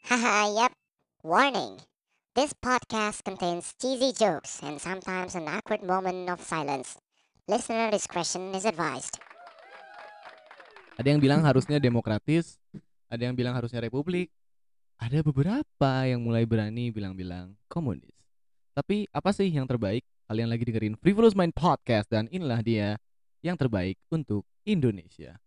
Haha, yep. Warning. This podcast contains cheesy jokes and sometimes an awkward moment of silence. Listener discretion is advised. Ada yang bilang harusnya demokratis, ada yang bilang harusnya republik, ada beberapa yang mulai berani bilang-bilang komunis. Tapi apa sih yang terbaik? Kalian lagi dengerin Frivolous Mind Podcast dan inilah dia yang terbaik untuk Indonesia.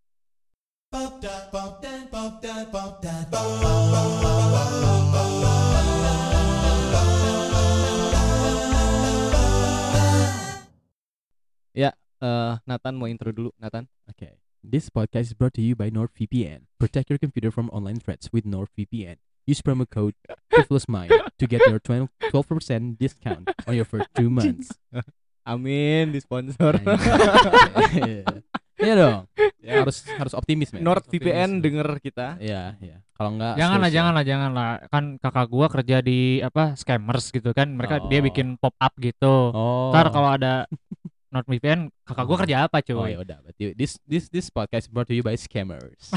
Ya, Nathan mau intro dulu, Nathan. Okay. This podcast is brought to you by NordVPN. Protect your computer from online threats with NordVPN. Use promo code FrivolousMind to get your 12% discount on your first 2 months. Amin, disponsor. Iya dong. Ya, harus optimis, men. NordVPN denger kita. Iya. Kalau enggak Janganlah. Kan kakak gua kerja di scammers gitu kan. Dia bikin pop up gitu. Oh. Ntar kalau ada NordVPN, kakak gua kerja apa, cuy? Oh ya udah, berarti this podcast brought to you by scammers.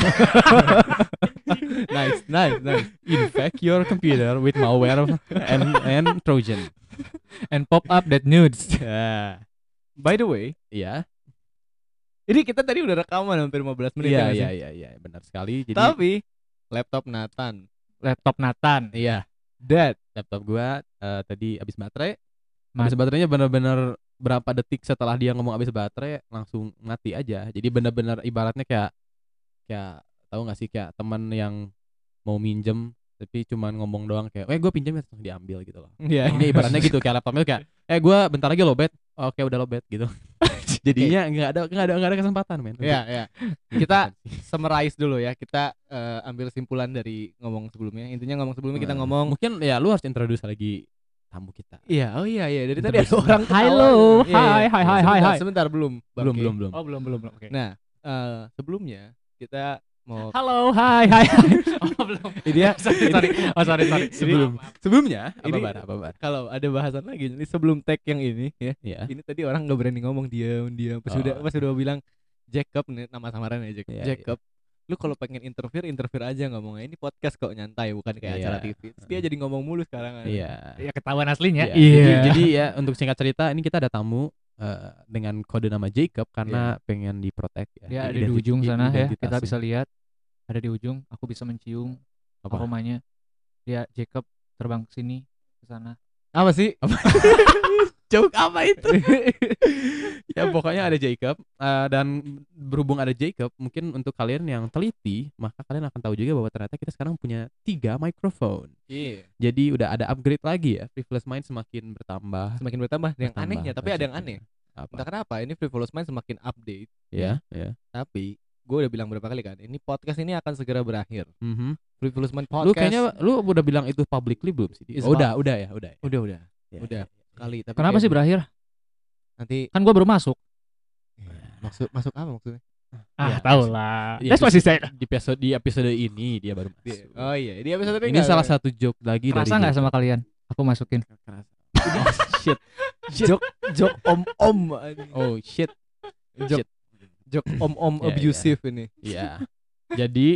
Nice. Infect your computer with malware and Trojan. And pop up that nudes. Ya. By the way, Iya. ini kita tadi udah rekaman hampir 15 menit ya nggak sih? Iya, benar sekali. Jadi Tapi laptop Nathan, Laptop Nathan. iya, dead. laptop gua tadi habis baterai. Habis baterainya benar-benar berapa detik setelah dia ngomong habis baterai langsung mati aja. Jadi benar-benar ibaratnya kayak tahu nggak sih, kayak teman yang mau minjem tapi cuman ngomong doang kayak, gue pinjam ya, langsung diambil gitu loh. Iya. Ini ibaratnya gitu, kayak laptopnya kayak, gue bentar lagi lowbat. Oke, udah lowbat gitu. Jadinya nggak ada kesempatan, men. Iya. Kita summarize dulu ya. Kita ambil simpulan dari ngomong sebelumnya. Intinya ngomong sebelumnya kita ngomong. Mungkin ya lu harus introduce lagi tamu kita. Iya, oh iya. Dari tadi ada Introduce. orang ketawa. Halo, Iya. hai. Sebentar, belum. Bangke. Belum. Oh, belum. Oke. Nah, sebelumnya kita mau Halo, hai. Oh, belum. dia Sorry. Sebelumnya Ini- apa bar? kalau ada bahasan lagi ini sebelum tag yang ini ya. Iya. Ini tadi orang nggak berani ngomong, diam. Pas udah bilang Jacob nih, nama samaran ya Iya, Jacob. Lu kalau pengen interfere aja ngomongnya. Ini podcast kok nyantai, bukan kayak Iya. acara TV. Terus dia jadi ngomong mulu sekarang. Iya. Ya ketahuan aslinya. Iya. Jadi ya untuk singkat cerita, ini kita ada tamu dengan kode nama Jacob karena pengen diprotek ya. Dia ada di ujung sana ya. Kita Identitasnya. bisa lihat. Ada di ujung. Aku bisa mencium Apa? aromanya. Dia Jacob terbang ke sini, ke sana. Apa sih? Joke apa itu? Ya pokoknya ada Jacob dan berhubung ada Jacob, mungkin untuk kalian yang teliti, maka kalian akan tahu juga bahwa ternyata kita sekarang punya 3 mikrofon. Iya. Jadi udah ada upgrade lagi ya. Frivolous Mind semakin bertambah. Semakin bertambah. Yang Bertambah anehnya, tapi ada yang aneh. Apa? Entah kenapa ini Frivolous Mind semakin update. Ya. Tapi gue udah bilang berapa kali kan, ini podcast ini akan segera berakhir. Mhm. Frivolous Mind Lu podcast. kayaknya lu udah bilang itu publicly belum sih? Is Oh, udah ya. udah. Ya, Udah. ya. Kali. Tapi Kenapa kayak sih berakhir? nanti Kan gua baru masuk. masuk apa maksudnya? Ya, Tahu lah. Iya, That's what she said. Di episode ini dia baru masuk. Oh iya, di episode Ini salah satu joke lagi Kerasa dari nggak Jacob. sama kalian? Aku masukin. Kerasa. Shit. Jok om. Oh shit. Jok om Ya, abusive ini. Iya. Jadi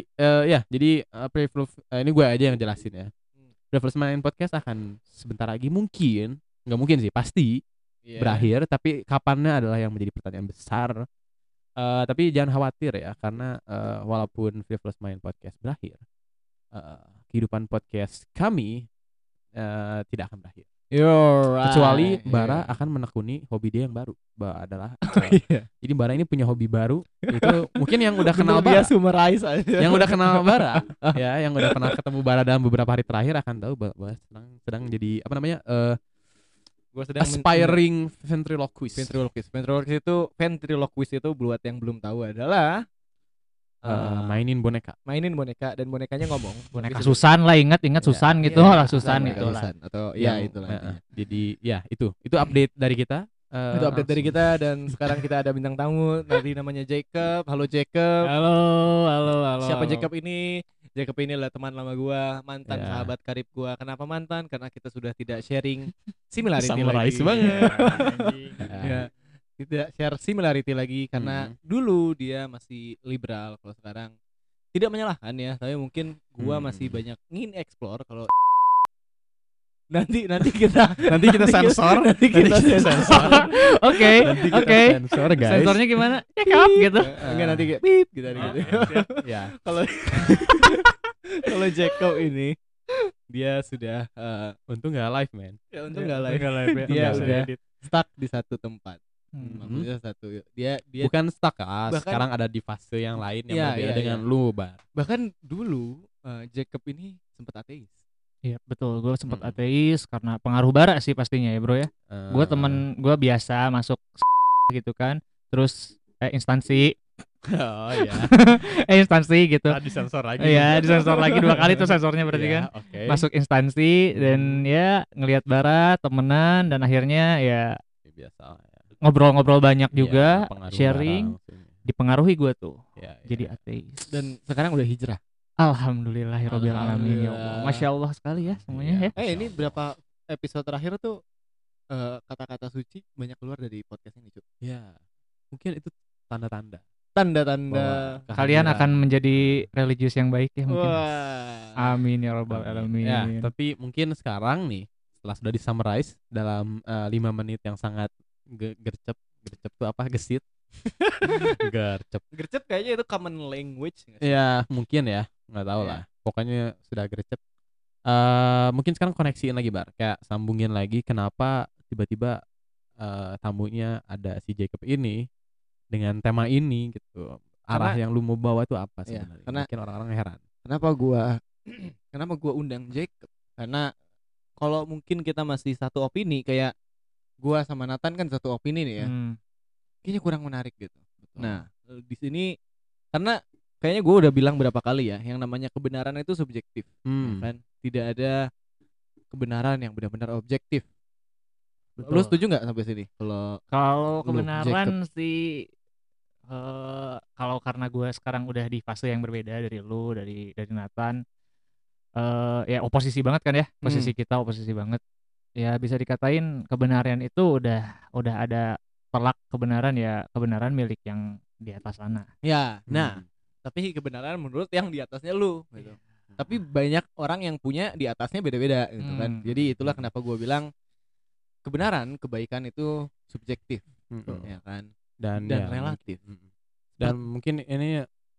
ini gue aja yang jelasin ya. Frivolous Mind Podcast akan sebentar lagi mungkin, nggak mungkin sih, pasti Iya. berakhir, tapi kapannya adalah yang menjadi pertanyaan besar. Tapi jangan khawatir ya, karena walaupun Frivolous Mind Podcast berakhir, kehidupan podcast kami tidak akan berakhir. Kecuali Bara akan menekuni hobi dia yang baru, adalah Iya. jadi Bara ini punya hobi baru, itu mungkin yang udah kenal Bara, dia summarize aja. yang udah kenal Bara ya, yang udah pernah ketemu Bara dalam beberapa hari terakhir akan tahu bahwa sedang jadi Gua sedang aspiring ventriloquist. ventriloquist itu buat yang belum tahu adalah Mainin boneka. mainin boneka dan bonekanya ngomong. Boneka Tapi Susan lah, ingat Susan gitu Iya, lah, Susan boneka gitu lah. Susan. Atau ya Yang- itulah. intinya. Jadi ya itu update dari kita. Itu update dari kita dan sekarang kita ada bintang tamu tadi namanya Jacob. Halo Jacob. Halo. Siapa Jacob ini? Jacob ini adalah teman lama gua, mantan Ya. sahabat karib gua. Kenapa mantan? Karena kita sudah tidak sharing similarity Summarize lagi. banget. Ya, tidak share similarity lagi karena Hmm. dulu dia masih liberal, kalau sekarang tidak menyalahkan ya, tapi mungkin gua masih Hmm. banyak ingin explore kalau nanti kita Nanti kita sensor. nanti kita sensor. Oke, Nanti kita oke. sensor guys. Sensornya gimana? Cakep gitu. Enggak, nanti kayak pip gitu Oh, gitu. ya. Kalau kalau Jacob ini dia sudah Untung nggak live man. ya untung enggak live. Nggak live ya. Dia Nggak udah edit. stuck di satu tempat. Hmm. Maksudnya satu dia Bukan stuck ah. bahkan- Sekarang ada di fase yang lain yang Iya, berbeda iya, dengan iya. lu, Bar. bahkan dulu Jacob ini sempat ateis. Iya betul, gue sempat Mm-mm. ateis karena pengaruh bara sih pastinya ya bro ya. Gue temen gue biasa masuk gitu kan, terus instansi Oh iya. instansi gitu. Tadi sensor lagi. Iya disensor lagi 2 kali tuh sensornya berarti Iya, kan. Oke. Masuk instansi dan ya ngelihat bara temenan dan akhirnya ya Biasa. Ya. ngobrol-ngobrol banyak Iya, juga, pengaruh sharing, barang. dipengaruhi gue tuh Ya, ya. jadi ateis. Dan sekarang udah hijrah. Alhamdulillahirobbil alamin ya Allah. Alhamdulillah. Masya Allah sekali ya semuanya Iya. ya. Ini berapa episode terakhir tuh kata-kata suci banyak keluar dari podcast ini, Cuk. Ya. Mungkin itu tanda-tanda Tanda-tanda bahwa Kalian kehadiran- akan menjadi religius yang baik ya mungkin. wah. Amin ya robbal alamin. Ya, tapi mungkin sekarang nih setelah sudah disummarize dalam 5 menit yang sangat gercep tuh apa gesit gercep Gercep kayaknya itu common language nggak sih? ya mungkin ya nggak tahu Iya. lah pokoknya sudah gercep. Mungkin sekarang koneksiin lagi Bar kayak sambungin lagi kenapa tiba-tiba tamunya ada si Jacob ini dengan tema ini gitu arah Karena- yang lu mau bawa tuh apa Iya, sebenarnya karena- mungkin orang-orang heran. Kenapa gua undang Jacob? Karena kalau mungkin kita masih satu opini kayak gua sama Nathan kan satu opini nih ya. Hmm. Kayaknya kurang menarik gitu. Nah, di sini karena kayaknya gue udah bilang berapa kali ya, yang namanya kebenaran itu subjektif, ya kan? Tidak ada kebenaran yang benar-benar objektif. Lu Betul. setuju nggak sampai sini? Kalau Lu, kebenaran sih kalau karena gue sekarang udah di fase yang berbeda dari lu, dari Nathan, ya oposisi banget kan ya, posisi kita oposisi banget. Ya bisa dikatain kebenaran itu udah ada telak kebenaran ya kebenaran milik yang di atas sana. Ya, nah, tapi kebenaran menurut yang di atasnya lu, gitu. Tapi banyak orang yang punya di atasnya beda-beda, gitu kan. Jadi itulah kenapa gue bilang kebenaran, kebaikan itu subjektif, ya kan, dan ya, relatif. dan mungkin ini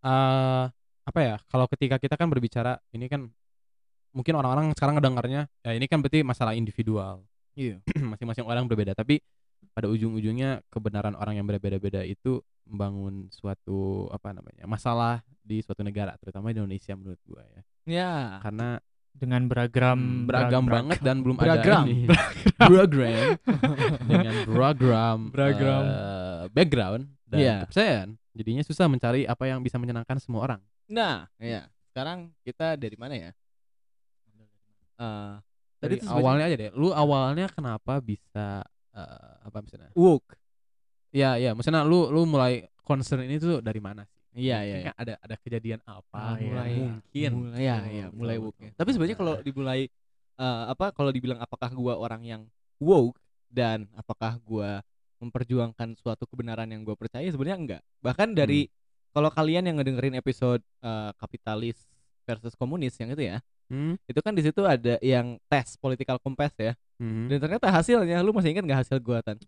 apa ya kalau ketika kita kan berbicara ini kan mungkin orang-orang sekarang ngedengarnya ya ini kan berarti masalah individual. Iya. Masing-masing orang berbeda tapi pada ujung-ujungnya kebenaran orang yang berbeda-beda itu membangun suatu apa namanya masalah di suatu negara terutama di Indonesia menurut gua ya Ya. karena Dengan beragam banget dan belum Beragam. ada ini program dengan Beragam. background dan Iya. kepercayaan jadinya susah mencari apa yang bisa menyenangkan semua orang. Nah, ya. Sekarang kita dari mana ya? Dari tuh awalnya aja deh. Lu awalnya kenapa bisa apa misalnya? woke. Iya, maksudnya lu mulai concern ini tuh dari mana sih? Iya, Mungkin iya. kan ada kejadian apa? Ah, iya. Mungkin. Mulai Betul, woke. betul. Tapi sebenarnya kalau dimulai kalau dibilang apakah gua orang yang woke dan apakah gua memperjuangkan suatu kebenaran yang gua percaya, sebenarnya enggak. Bahkan dari kalau kalian yang ngedengerin episode kapitalis versus komunis yang itu ya, itu kan di situ ada yang tes political compass ya. Dan ternyata hasilnya, lu masih ingat nggak hasil gua, Tan?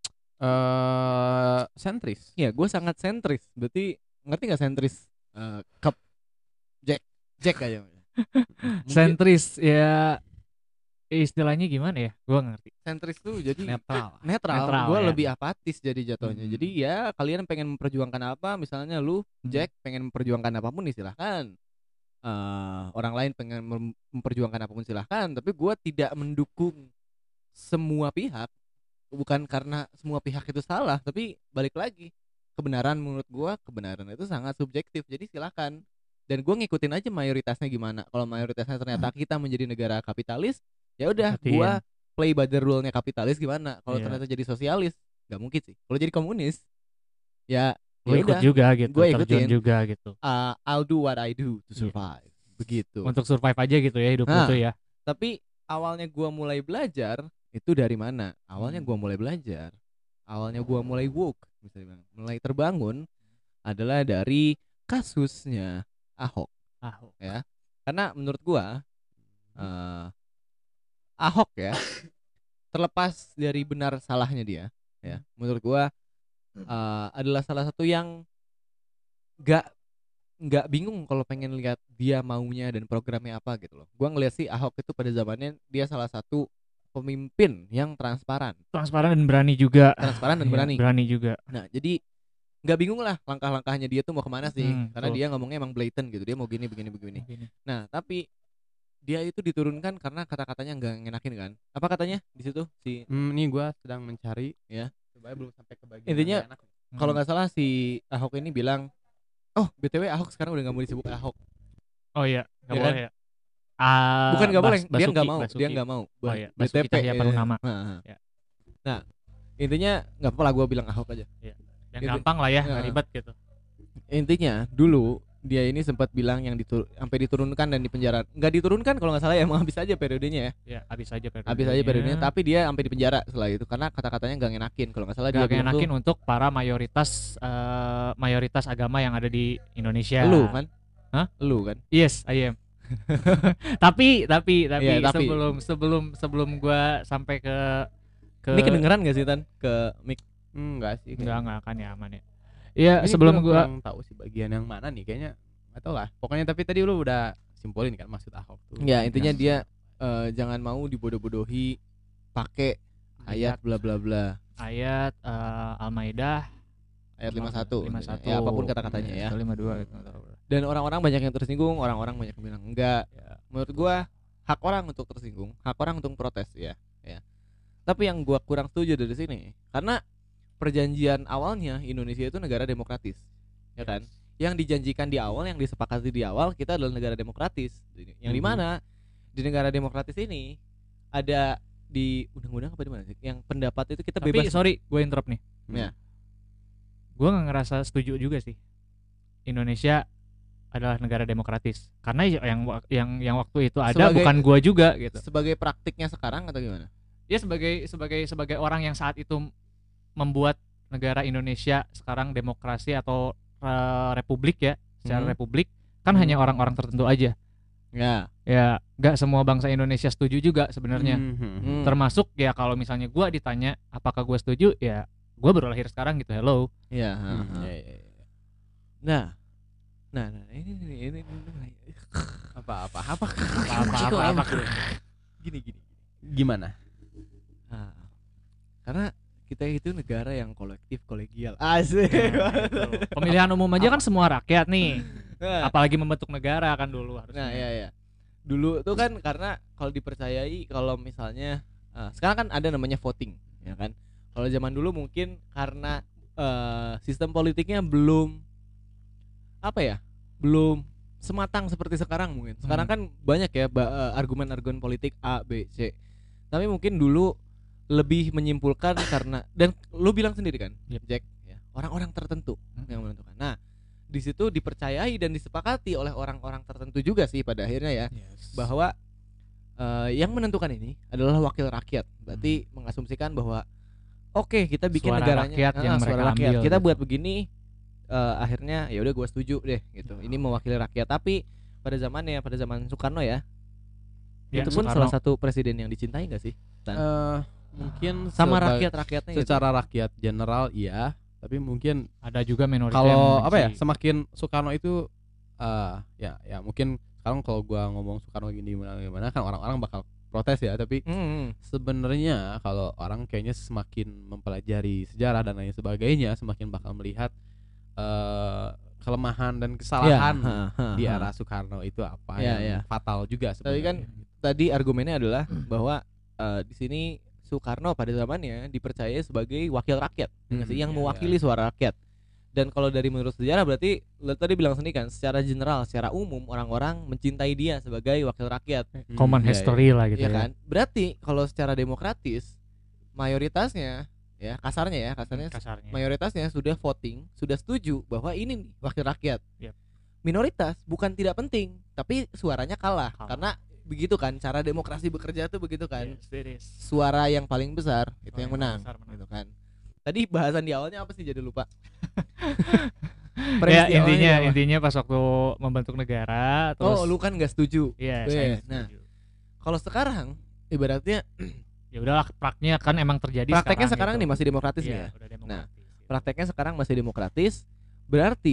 Sentris. Ya, gua sangat sentris. Berarti ngerti nggak sentris? Cup Jack aja. sentris ya istilahnya gimana ya? Gua nggak ngerti. Sentris tuh jadi Netral. netral. Gue ya. lebih apatis jadi jatuhnya. Hmm. Jadi ya kalian pengen memperjuangkan apa, misalnya lu Jack pengen memperjuangkan apapun silahkan. Orang lain pengen memperjuangkan apapun silahkan. Tapi gue tidak mendukung semua pihak. Bukan karena semua pihak itu salah, tapi balik lagi kebenaran menurut gue kebenaran itu sangat subjektif. Jadi silahkan. Dan gue ngikutin aja mayoritasnya gimana. Kalau mayoritasnya ternyata kita menjadi negara kapitalis, ya udah Ikutin. gue play by the rule-nya kapitalis gimana. Kalau Iya. ternyata jadi sosialis, nggak mungkin sih. Kalau jadi komunis, ya Gue ikut udah. juga gitu, Gua terjun ikutin. juga gitu. I'll do what I do to Iya. survive. Begitu. Untuk survive aja gitu ya hidup lu Nah. tuh ya. Tapi awalnya gua mulai belajar itu dari mana? Awalnya gua mulai belajar. Awalnya gua mulai woke, misalnya mulai terbangun adalah dari kasusnya Ahok Ahok. ya. Karena menurut gua Ahok ya, terlepas dari benar salahnya dia ya, menurut gua adalah salah satu yang nggak nggak bingung kalau pengen lihat dia maunya dan programnya apa gitu loh. Gua ngeliat sih Ahok itu pada zamannya dia salah satu pemimpin yang transparan Transparan dan berani juga. dan Iya, berani. berani juga. Nah jadi nggak bingung lah langkah-langkahnya dia tuh mau kemana sih, karena betul. dia ngomongnya emang blatant gitu, dia mau gini begini. Begini. Nah tapi dia itu diturunkan karena kata-katanya nggak ngenakin kan. Apa katanya di situ si Ini gua sedang mencari Ya. Coba belum sampai ke bagian Intinya, yang enak. kalau nggak salah si Ahok ini bilang, oh BTW Ahok sekarang udah nggak mau disebut Ahok. Oh iya, nggak Iya boleh kan? ya. Bukan nggak boleh, dia Basuki, nggak mau, Basuki. dia nggak mau. Oh iya, Basuki Cahayapurnama. Ya. Nah, intinya nggak apa-apa lah gue bilang Ahok aja. Yang Gitu. gampang lah ya, Nah. nggak ribet gitu. Intinya dulu dia ini sempat bilang yang sampai diturunkan dan dipenjara. Nggak diturunkan kalau nggak salah ya, emang habis aja periodenya ya. Ya, habis aja Periodenya, tapi dia sampai dipenjara setelah itu karena kata-katanya nggak ngenakin. Kalau nggak salah dia Gak bilang enakin tuh, untuk para mayoritas agama yang ada di Indonesia. lu kan? Hah? Lu kan? Yes, I am. tapi Iya, tapi. sebelum gua sampai ke Ini kedengeran nggak sih Tan ke mic? Enggak sih. enggak akan ya, aman ya. Iya, Ini sebelum gua kurang tahu sih bagian yang mana nih, kayaknya nggak tahu lah. Pokoknya tapi tadi lu udah simpulin kan maksud Ahok tuh. Ya intinya Kasus dia jangan mau dibodoh-bodohi pakai ayat bla bla bla, ayat Al-Maidah ayat 51 51. ya apapun kata-katanya ya. 52 gitu. Dan orang-orang banyak yang tersinggung, orang-orang banyak yang bilang enggak. Ya. Menurut gua hak orang untuk tersinggung, hak orang untuk protes ya. Tapi yang gua kurang setuju dari sini, karena perjanjian awalnya Indonesia itu negara demokratis, ya kan? Yang dijanjikan di awal, yang disepakati di awal, kita adalah negara demokratis. Yang di mana di negara demokratis ini ada di undang-undang apa di mana sih? Yang pendapat itu kita Tapi bebas. sorry, gue interrupt nih. Ya. Gue nggak ngerasa setuju juga sih. Indonesia adalah negara demokratis. Karena yang waktu itu ada Sebagai- bukan gue juga gitu. Sebagai praktiknya sekarang atau gimana? Ya sebagai orang yang saat itu membuat negara Indonesia sekarang demokrasi atau republik ya, secara republik kan hanya orang-orang tertentu aja. Ya. Ya, nggak semua bangsa Indonesia setuju juga sebenarnya. Hmm. Termasuk ya kalau misalnya gue ditanya apakah gue setuju, ya gue baru lahir sekarang gitu. Hello. Ya. Ya. Nah, ini Apa gini. gimana? Nah, karena kita itu negara yang kolektif kolegial. Asik. Pemilihan umum aja kan semua rakyat nih. Nah, Apalagi membentuk negara kan dulu harusnya. nah ya. Dulu tuh kan karena kalau dipercayai kalau misalnya sekarang kan ada namanya voting, ya kan? Kalau zaman dulu mungkin karena sistem politiknya belum belum sematang seperti sekarang mungkin. Sekarang kan banyak ya argumen-argumen politik A, B, C. Tapi mungkin dulu lebih menyimpulkan karena, dan lu bilang sendiri kan, Yep. Jack, ya, orang-orang tertentu yang menentukan. Nah, di situ dipercayai dan disepakati oleh orang-orang tertentu juga sih pada akhirnya ya, Yes. bahwa yang menentukan ini adalah wakil rakyat. Berarti mengasumsikan bahwa oke, kita bikin Suara negaranya rakyat yang suara mereka rakyat. ambil Kita gitu. buat begini, akhirnya ya udah gue setuju deh gitu. Ini mewakili rakyat. Tapi pada zaman Soekarno ya, Ya, itu pun Soekarno. salah satu presiden yang dicintai nggak sih? Mungkin Sama seba- rakyat-rakyatnya gitu. secara rakyat general iya, tapi mungkin ada juga minoritas kalau yang apa ya, membenci. semakin Soekarno itu ya mungkin sekarang kalau gua ngomong Soekarno gimana kan orang-orang bakal protes ya, tapi sebenarnya kalau orang kayaknya semakin mempelajari sejarah dan lain sebagainya semakin bakal melihat kelemahan dan kesalahan di era Soekarno itu apa Ya, yang ya. fatal juga Tapi kan sebenarnya. tadi argumennya adalah bahwa di sini Soekarno pada zamannya dipercaya sebagai wakil rakyat, yang iya, mewakili suara rakyat. Dan kalau dari menurut sejarah berarti lo tadi bilang sendiri kan, secara general, secara umum orang-orang mencintai dia sebagai wakil rakyat, common Iya, history lah gitu ya ya. kan? Berarti kalau secara demokratis mayoritasnya kasarnya Kasarnya. mayoritasnya sudah voting, sudah setuju bahwa ini nih wakil rakyat. Yep. Minoritas bukan tidak penting, tapi suaranya kalah. Kalah. Karena begitu kan cara demokrasi bekerja tuh begitu kan. Yes, it is. Suara yang paling besar itu Suara yang yang menang, besar menang. gitu kan. Tadi bahasan di awalnya apa sih, jadi lupa. Ya Peristiwanya intinya apa? intinya pas waktu membentuk negara terus Oh, lu kan nggak setuju. iya Weh, saya nggak nah. setuju. Kalau sekarang ibaratnya Ya udahlah praknya kan emang terjadi prakteknya sekarang gitu. nih masih demokratis nih Iya, ya. udah Nah, demokratis gitu. prakteknya sekarang masih demokratis. Berarti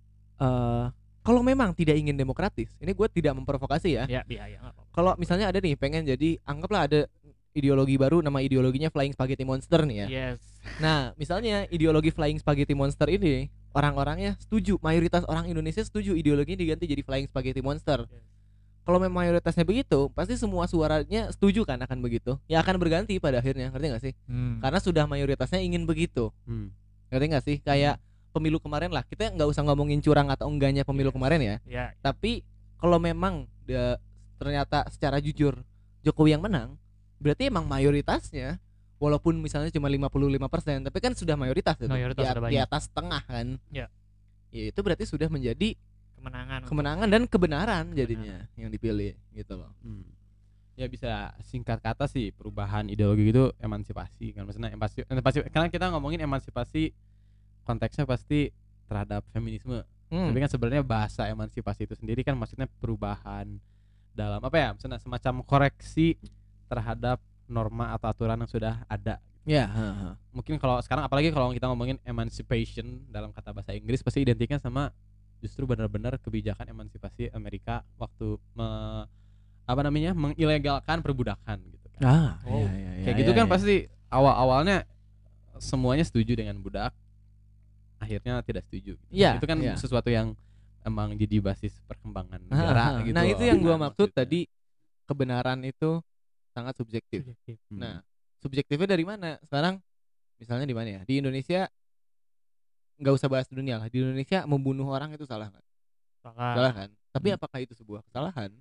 kalau memang tidak ingin demokratis, ini gue tidak memprovokasi ya. Ya nggak apa-apa. Kalau misalnya ada nih pengen jadi, anggaplah ada ideologi baru, nama ideologinya Flying Spaghetti Monster nih ya. Yes. Nah, misalnya ideologi Flying Spaghetti Monster ini orang-orangnya setuju, mayoritas orang Indonesia setuju ideologinya diganti jadi Flying Spaghetti Monster. Yes. Kalau memang mayoritasnya begitu, pasti semua suaranya setuju kan akan begitu. Ya akan berganti pada akhirnya, ngerti nggak sih? Karena sudah mayoritasnya ingin begitu. Ngerti nggak sih? Kayak pemilu kemarin lah, kita nggak usah ngomongin curang atau enggaknya pemilu kemarin ya. Ya, Tapi kalau memang ternyata secara jujur Jokowi yang menang, berarti emang mayoritasnya, walaupun misalnya cuma 55%, tapi kan sudah mayoritas itu. Mayoritas sudah Di banyak. atas setengah kan. Ya. Ya itu berarti sudah menjadi kemenangan dan kebenaran jadinya yang dipilih gitu loh. Ya bisa singkat kata sih perubahan ideologi itu emansipasi kan, maksudnya emansipasi karena kita ngomongin emansipasi konteksnya pasti terhadap feminisme. Tapi kan sebenarnya bahasa emansipasi itu sendiri kan maksudnya perubahan dalam apa ya, misalnya semacam koreksi terhadap norma atau aturan yang sudah ada. Ya, Mungkin kalau sekarang apalagi kalau kita ngomongin emancipation dalam kata bahasa Inggris pasti identiknya sama justru benar-benar kebijakan emansipasi Amerika waktu mengilegalkan perbudakan gitu kan. Kayak gitu kan pasti awal-awalnya semuanya setuju dengan budak, akhirnya tidak setuju. Iya, Itu kan iya. sesuatu yang emang jadi basis perkembangan negara gitu. Nah, itu yang gua maksud maksudnya. tadi, kebenaran itu sangat subjektif. Nah, subjektifnya dari mana? Sekarang misalnya di mana ya? Di Indonesia, nggak usah bahas dunia lah. Di Indonesia membunuh orang itu salah kan? Salah kan? Tapi apakah itu sebuah kesalahan?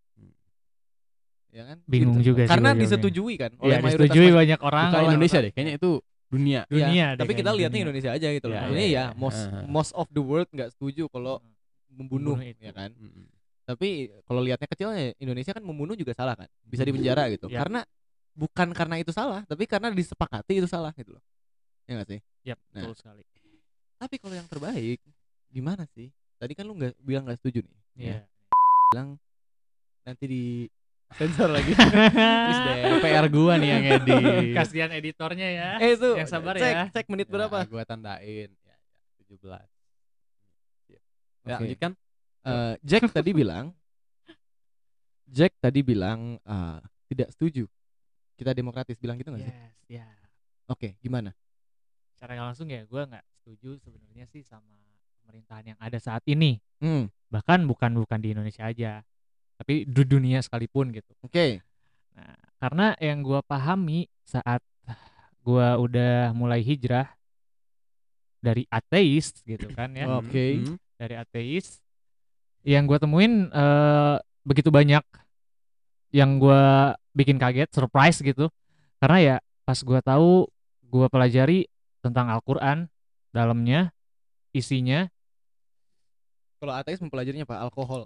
Ya kan? Bingung Gitu. juga sih Karena gua jawabnya. disetujui kan oleh Ya mayoritas disetujui masyarakat. banyak orang. bukan orang- Indonesia deh, kayaknya itu dunia. Iya, Dunia deh tapi kita kayaknya, lihatnya dunia. Indonesia aja gitu loh. Ya, Maksudnya ya, ya ya. most of the world nggak setuju kalau membunuh Membunuh itu. ya kan. Tapi kalau lihatnya kecilnya, Indonesia kan membunuh juga salah kan, bisa dipenjara gitu. Ya. Karena bukan karena itu salah, tapi karena disepakati itu salah gitu loh. Ya nggak sih? Yap, Nah. betul sekali. Tapi kalau yang terbaik gimana sih? Tadi kan lu bilang nggak setuju nih. Iya. Bilang nanti di sensor lagi. Please deh, PR gua nih yang edit. Kasihan editornya ya. Itu Yang sabar cek, ya. Cek menit berapa? Gua tandain. Ya, 17. Ya, Oke. lanjutkan. Jack tadi bilang tidak setuju kita demokratis, bilang gitu nggak sih? Yes, ya. Oke, gimana? Secara nggak langsung ya gue nggak setuju sebenarnya sih sama pemerintahan yang ada saat ini. Bahkan bukan di Indonesia aja, tapi di dunia sekalipun gitu. Oke. Nah, karena yang gue pahami saat gue udah mulai hijrah dari ateis gitu kan ya, Oke. dari ateis, yang gue temuin begitu banyak yang gue bikin kaget, surprise gitu. Karena ya pas gue tahu, gue pelajari tentang Al-Quran, dalamnya, isinya. Kalau ateis mempelajarinya apa? Alkohol.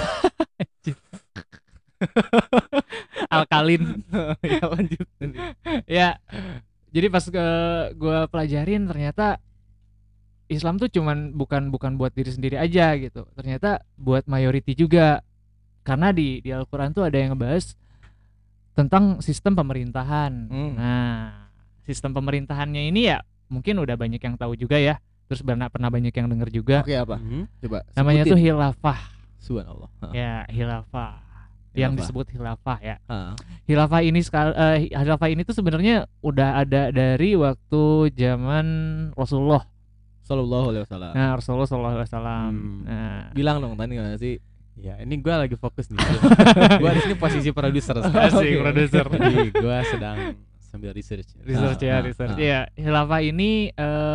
Alkalin. Ya lanjut. Ya, jadi pas gue pelajarin ternyata Islam tuh cuman bukan buat diri sendiri aja gitu. Ternyata buat mayority juga. Karena di Al-Quran tuh ada yang ngebahas tentang sistem pemerintahan. Nah, sistem pemerintahannya ini ya mungkin udah banyak yang tahu juga ya. Terus pernah banyak yang denger juga. Oke, apa? Coba Namanya sebutin. tuh khilafah. Subhanallah. Ya, khilafah. Yang Khilafah. disebut khilafah ya. Heeh. Khilafah ini tuh sebenarnya udah ada dari waktu zaman Rasulullah. Sallallahu alaihi wasallam. Nah, Rasulullah sallallahu alaihi wasallam. Nah, Bilang dong tadi nggak sih? Ya, ini gua lagi fokus nih. Gua di sini posisi produser Asik, sekarang. produser. Jadi gua sedang sambil research. research Ah, research. ah. Ya, khilafah ini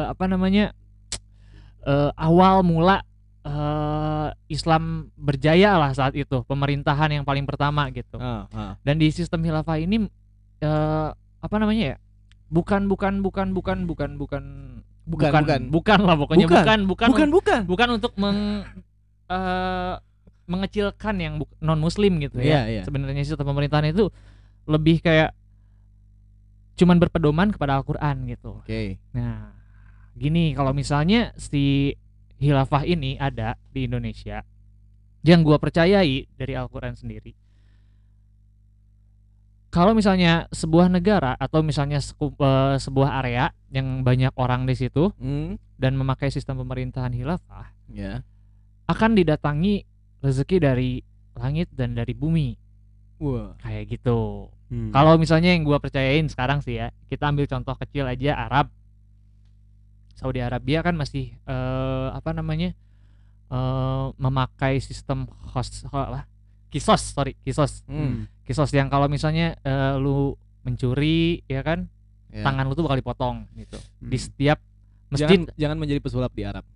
awal mula Islam berjaya lah saat itu, pemerintahan yang paling pertama gitu. Dan di sistem khilafah ini bukan lah pokoknya, bukan untuk mengecilkan yang non muslim gitu ya. Iya. Sebenarnya sistem pemerintahan itu lebih kayak cuman berpedoman kepada Al-Quran gitu. Oke. Nah, gini, kalau misalnya si khilafah ini ada di Indonesia, yang gua percayai dari Al-Qur'an sendiri. Kalau misalnya sebuah negara atau misalnya sebuah area yang banyak orang di situ dan memakai sistem pemerintahan khilafah, Ya. akan didatangi rezeki dari langit dan dari bumi. Wah. Kayak gitu. Kalau misalnya yang gua percayain sekarang sih ya, kita ambil contoh kecil aja Arab. Saudi Arabia kan masih memakai sistem kisos. Kisos yang kalau misalnya lu mencuri ya kan, Ya. tangan lu tuh bakal dipotong gitu. Di setiap masjid, Jangan menjadi pesulap di Arab.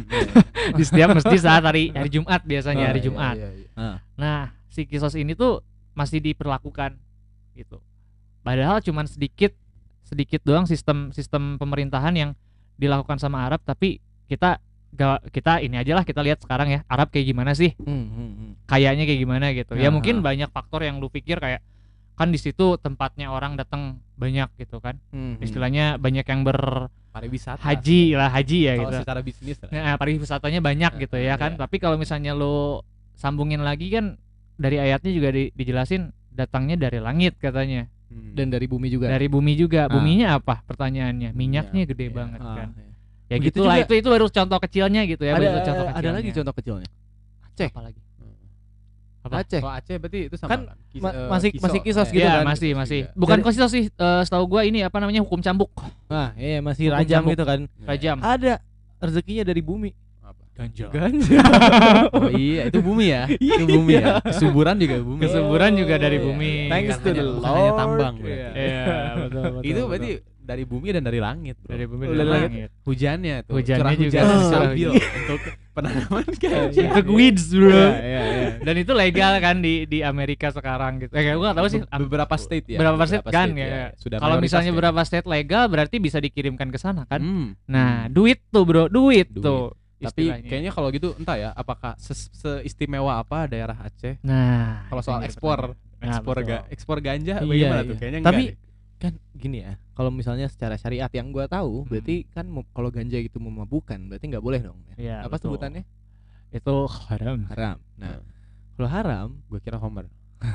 di setiap masjid saat hari Jumat biasanya, hari Jumat. Ah. Nah, si kisos ini tuh masih diperlakukan gitu. Padahal cuman sedikit doang sistem pemerintahan yang dilakukan sama Arab, tapi kita ini aja lah, kita lihat sekarang ya Arab kayak gimana sih, kayaknya kayak gimana gitu. Ya mungkin banyak faktor yang lu pikir kayak kan di situ tempatnya orang datang banyak gitu kan, istilahnya banyak yang Pariwisata. haji ya Kalau gitu. secara bisnis lah. Nah, pariwisatanya banyak gitu ya kan. Tapi kalau misalnya lu sambungin lagi kan dari ayatnya juga dijelasin datangnya dari langit katanya. Dan dari bumi juga. Dari bumi juga. Buminya apa pertanyaannya? Minyaknya gede banget kan. Ya Begitu gitulah, juga- itu baru contoh kecilnya gitu ya. baru contoh Ada kecilnya. lagi contoh kecilnya. Aceh. Apa lagi? Apa? Aceh. Kalau Aceh berarti itu sama Kan masih kisos Eh, gitu Iya, kan. masih. Bukan Dari- kisos sih, setahu gua ini apa namanya, hukum cambuk. Nah, iya masih Hukum rajam cambuk. gitu kan. Rajam. Ada rezekinya dari bumi. Apa? Ganja. Ganja. Oh iya, itu bumi ya. Itu bumi ya. Kesuburan juga bumi. Kesuburan juga dari Iya. bumi. Thanks to the Bukan hanya Lord. tambang Iya. berarti. Iya, betul. Itu berarti dari bumi dan dari langit, bro. dari bumi Oh, dan dari langit. Hujannya tuh. Hujannya curah juga. hujan Oh, stabil iya. untuk penanaman ganja. Untuk weeds, bro. Iya. Dan itu legal kan di Amerika sekarang gitu. Gua nggak tahu sih. Beberapa state ya. Beberapa state kan state ya. Sudah Kalau mayoritas misalnya ya. beberapa state legal berarti bisa dikirimkan ke sana kan. Nah, Hmm. duit tuh, bro, duit Duit. tuh. Tapi istilahnya. kayaknya kalau gitu entah ya, apakah seistimewa apa daerah Aceh Nah, kalau itu soal jadi ekspor pertanyaan. Nah, betul. ekspor ganja Iya, bagaimana iya. tuh? Kayaknya Tapi enggak deh. kan gini ya, kalau misalnya secara syariat yang gua tahu berarti kan kalau ganja itu memabukkan berarti nggak boleh dong ya? Iya, Apa betul. sebutannya? Itu haram. Haram. Nah, kalau haram Gue kira Homer.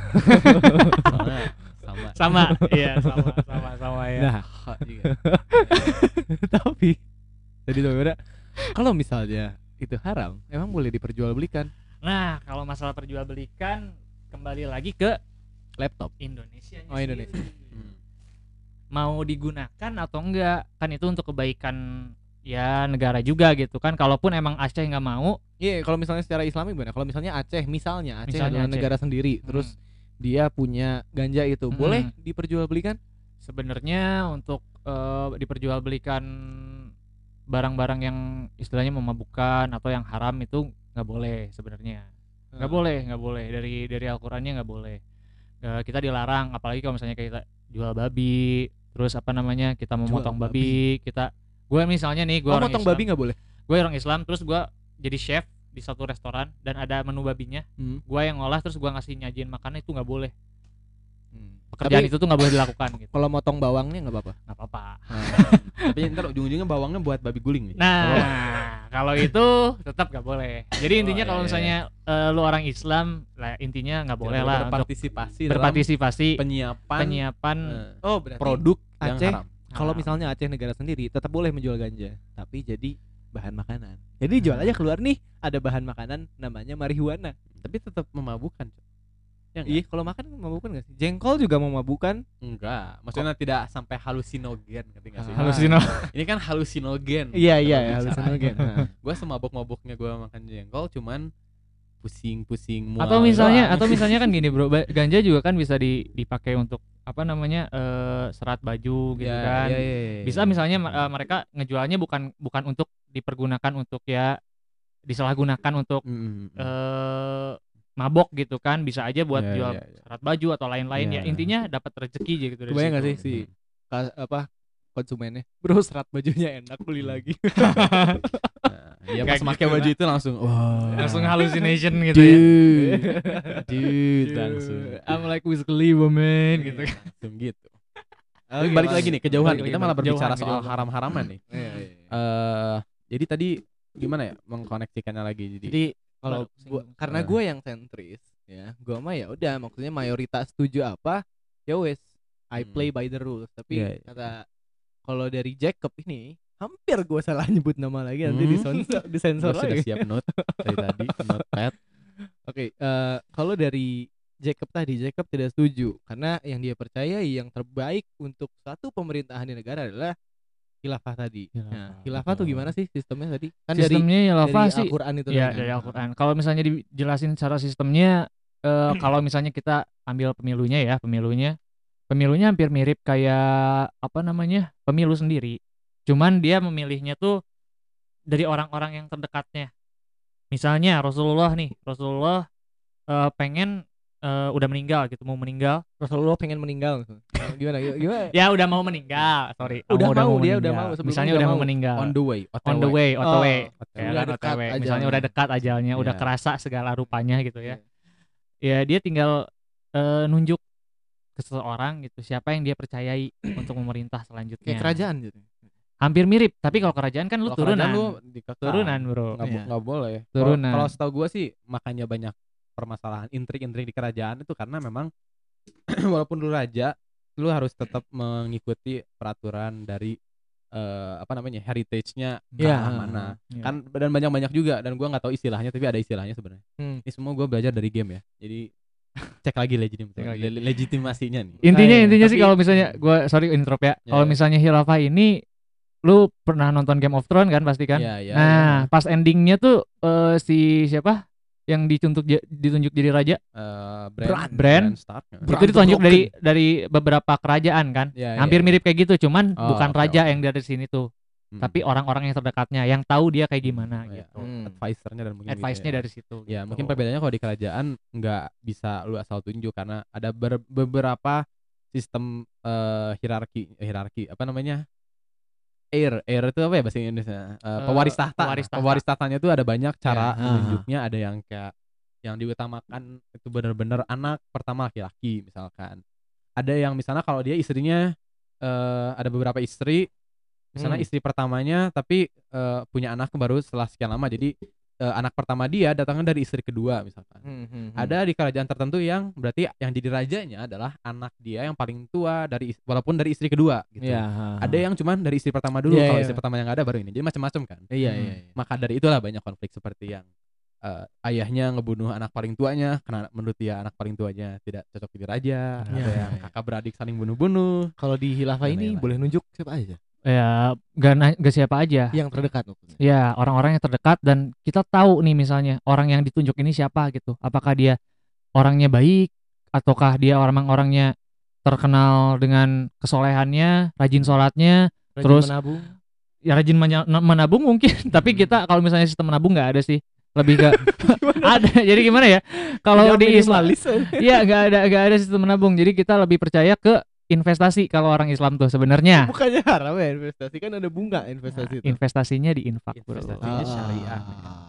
Sama. Sama, iya, sama ya. nah juga. Tapi tadi tuh beda. Kalau misalnya itu haram emang boleh diperjualbelikan Nah, kalau masalah perjualbelikan kembali lagi ke laptop. Indonesia. Oh, Indonesia. Mau digunakan atau enggak, kan itu untuk kebaikan ya negara juga gitu kan. Kalaupun emang Aceh nggak mau, Iya, kalau misalnya secara Islami gimana? Kalau misalnya Aceh Misalnya adalah Aceh. negara sendiri, terus dia punya ganja itu, boleh diperjualbelikan? sebenarnya untuk diperjualbelikan barang-barang yang istilahnya memabukkan atau yang haram itu nggak boleh sebenarnya. Nggak boleh dari Al-Qur'annya nggak boleh. Kita dilarang, apalagi kalau misalnya kita jual babi, terus apa namanya, kita memotong Jual babi, gue misalnya nih, gue orang motong Islam, babi nggak boleh? gue orang Islam, terus gue jadi chef di satu restoran dan ada menu babinya, gue yang ngolah terus gue ngasih nyajiin makanan, itu nggak boleh. Pekerjaan Tapi itu tuh nggak boleh dilakukan gitu. kalau motong bawangnya nggak apa-apa. Nggak apa-apa. Tapi ntar ujung-ujungnya bawangnya buat babi guling nih. Nah, kalau itu tetap nggak boleh. Jadi intinya iya, kalau iya. misalnya lu orang Islam, lah intinya nggak boleh lah untuk berpartisipasi dalam berpartisipasi penyiapan penyiapan oh, berarti produk yang Aceh haram. kalau haram. misalnya Aceh negara sendiri tetap boleh menjual ganja, tapi jadi bahan makanan. Jadi jual aja keluar nih, ada bahan makanan namanya marihuana. Tapi tetap memabukkan. Ya Iya, kalau makan memabukkan nggak sih? Jengkol juga memabukkan. enggak. Maksudnya tidak sampai halusinogen, ngerti nggak sih? Halusino. Ini kan halusinogen. Iya, Kalau halusinogen. bicaranya. Gue semabuk-mabuknya gue makan jengkol cuman pusing-pusing mual. Atau misalnya doang. kan gini, Bro, ganja juga kan bisa dipakai untuk apa namanya, serat baju gitu Ya, kan. ya, ya, ya. Bisa misalnya mereka ngejualnya bukan untuk dipergunakan untuk ya disalahgunakan untuk mabok gitu kan, bisa aja buat Ya, jual ya, ya. serat baju atau lain-lain ya. Ya. Intinya dapat rezeki aja gitu dari Kebayang nggak situ. sih konsumennya? Bro, serat bajunya enak, beli lagi. Nah, dia pas Kayak pakai gitu baju lah. itu langsung wah. Langsung hallucination gitu ya. Dude, langsung. I'm like Wiz Khalifa man gitu kan. Langsung gitu. Oke, Balik lagi nih kejauhan. Balik Kita lagi, malah berbicara kejauhan, soal kejauhan. haram-haraman nih. Iya. Jadi tadi gimana ya mengkoneksikannya lagi Jadi kalau baru karena gue yang sentris ya, gue mah ya udah maksudnya mayoritas setuju apa ya wes, I play by the rules. Tapi Iya, iya. kata kalau dari Jacob ini hampir gue salah nyebut nama lagi, nanti disensor Gue sudah lagi. siap note dari tadi, notepad. Oke, kalau dari Jacob tidak setuju karena yang dia percayai yang terbaik untuk satu pemerintahan di negara adalah khilafah tadi. Nah, Khilafah, khilafah tuh betul. gimana sih sistemnya tadi? Kan Sistemnya khilafah dari sih Al-Qur'an itu ya tadi dari kan. Al-Qur'an. Kalau misalnya dijelasin secara sistemnya kalau misalnya kita ambil pemilunya hampir mirip kayak apa namanya? Pemilu sendiri. Cuman dia memilihnya tuh dari orang-orang yang terdekatnya. Misalnya Rasulullah pengen udah meninggal gitu, mau meninggal. Rasulullah pengen meninggal. Gimana? Gimana? Ya udah mau meninggal, sorry. Udah mau, dia meninggal. udah mau, sebelumnya Misalnya udah udah mau mau. meninggal. On the way, On the way, OTW. OTW. Ya Udah kan, dekat OTW. Misalnya ajalnya. udah dekat ajalnya, udah Iya. kerasa segala rupanya gitu ya. Ya dia tinggal nunjuk ke seseorang gitu, siapa yang dia percayai untuk memerintah selanjutnya. Kayak kerajaan gitu. Hampir mirip, tapi kalau kerajaan kan lu Kalau kerajaan turunan. lu dikekang. Turunan, bro. Iya. Nggak boleh. Turunan. Kalau setahu gue sih makanya banyak permasalahan intrik-intrik di kerajaan itu karena memang walaupun lu raja, lu harus tetap mengikuti peraturan dari heritage-nya ke Iya. arah mana. Iya. Kan dan banyak juga dan gua nggak tahu istilahnya tapi ada istilahnya sebenarnya. Ini semua gua belajar dari game ya. Jadi cek lagi legitimasinya nih. Intinya sih Tapi- kalau misalnya gua sorry interrupt ya. Ya, Kalau ya. misalnya khilafah ini lu pernah nonton Game of Thrones kan pasti kan? Iya, iya, Nah, pas endingnya tuh si siapa yang ditunjuk jadi raja Bran. Stark. itu ditunjuk dari beberapa kerajaan kan? Iya, Hampir iya. mirip kayak gitu, cuman Oh, bukan oke, raja oke. yang dari sini tuh, Hmm. tapi orang-orang yang terdekatnya yang tahu dia kayak gimana Oh, iya. gitu. Advisernya dan mungkin Advice-nya gitu ya. dari situ. Ya gitu. mungkin perbedaannya kalau di kerajaan nggak bisa lu asal tunjuk karena ada beberapa sistem hierarki apa namanya heir itu apa ya bahasa Indonesia. Pewaris tahta. pewaris tahta. Pewaris tahtanya itu ada banyak cara Ya, menunjuknya. Ada yang kayak yang diutamakan itu benar-benar anak pertama laki-laki misalkan. Ada yang misalnya kalau dia istrinya ada beberapa istri, misalnya istri pertamanya tapi punya anak baru setelah sekian lama, jadi anak pertama dia datangnya dari istri kedua misalkan. Ada di kerajaan tertentu yang berarti yang jadi rajanya adalah anak dia yang paling tua walaupun dari istri kedua gitu. Iya. Ada yang cuman dari istri pertama dulu, Iya, kalau iya. istri pertama yang nggak ada baru ini. Jadi macam-macam kan. Iya. Maka dari itulah banyak konflik seperti yang ayahnya ngebunuh anak paling tuanya karena menurut dia anak paling tuanya tidak cocok jadi raja. Iya, Ada yang iya. kakak beradik saling bunuh-bunuh. Kalau di khilafah ini Lain-lain. boleh nunjuk siapa aja? Ya gak siapa aja. Yang terdekat maksudnya. Ya orang-orang yang terdekat dan kita tahu nih misalnya orang yang ditunjuk ini siapa gitu. Apakah dia orangnya baik ataukah dia orang-orangnya terkenal dengan kesolehannya, rajin sholatnya, Rajin terus menabung. ya rajin menabung mungkin. Tapi kita kalau misalnya sistem menabung nggak ada sih, lebih ke ada. Jadi gimana ya? Kalau di Islam, ya nggak ada sistem menabung. Jadi kita lebih percaya ke investasi kalau orang Islam tuh sebenarnya. Bukannya haram ya investasi, kan ada bunga investasi itu. Investasinya di infak, bro. Investasinya syariah.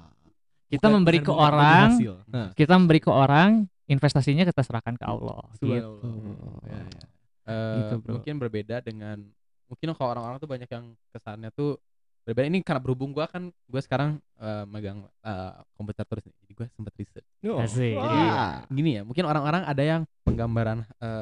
Kita memberi ke bunga bagi orang, hasil. Nah, kita memberi ke orang, investasinya kita serahkan ke Allah. Gitu. subhanallah. Ya, ya. Gitu, bro. Mungkin berbeda dengan mungkin kalau orang-orang tuh banyak yang kesannya tuh berbeda. Ini karena berhubung gue sekarang megang komputer terus nih, jadi gue sempet riset. Asik. Jadi gini ya, mungkin orang-orang ada yang penggambaran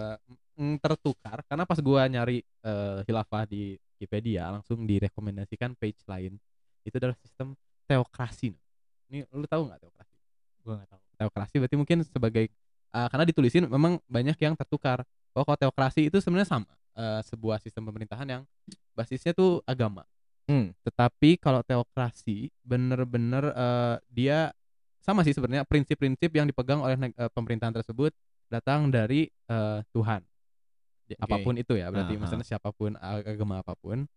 tertukar karena pas gue nyari khilafah di Wikipedia langsung direkomendasikan page lain itu adalah sistem teokrasi. Ini lu tahu nggak teokrasi? Gua nggak tahu. Teokrasi berarti mungkin sebagai karena ditulisin memang banyak yang tertukar. Kalau teokrasi itu sebenarnya sama sebuah sistem pemerintahan yang basisnya tuh agama. Tetapi kalau teokrasi bener-bener dia sama sih sebenarnya, prinsip-prinsip yang dipegang oleh pemerintahan tersebut datang dari Tuhan. Apapun itu ya, berarti misalnya siapapun agama apapun.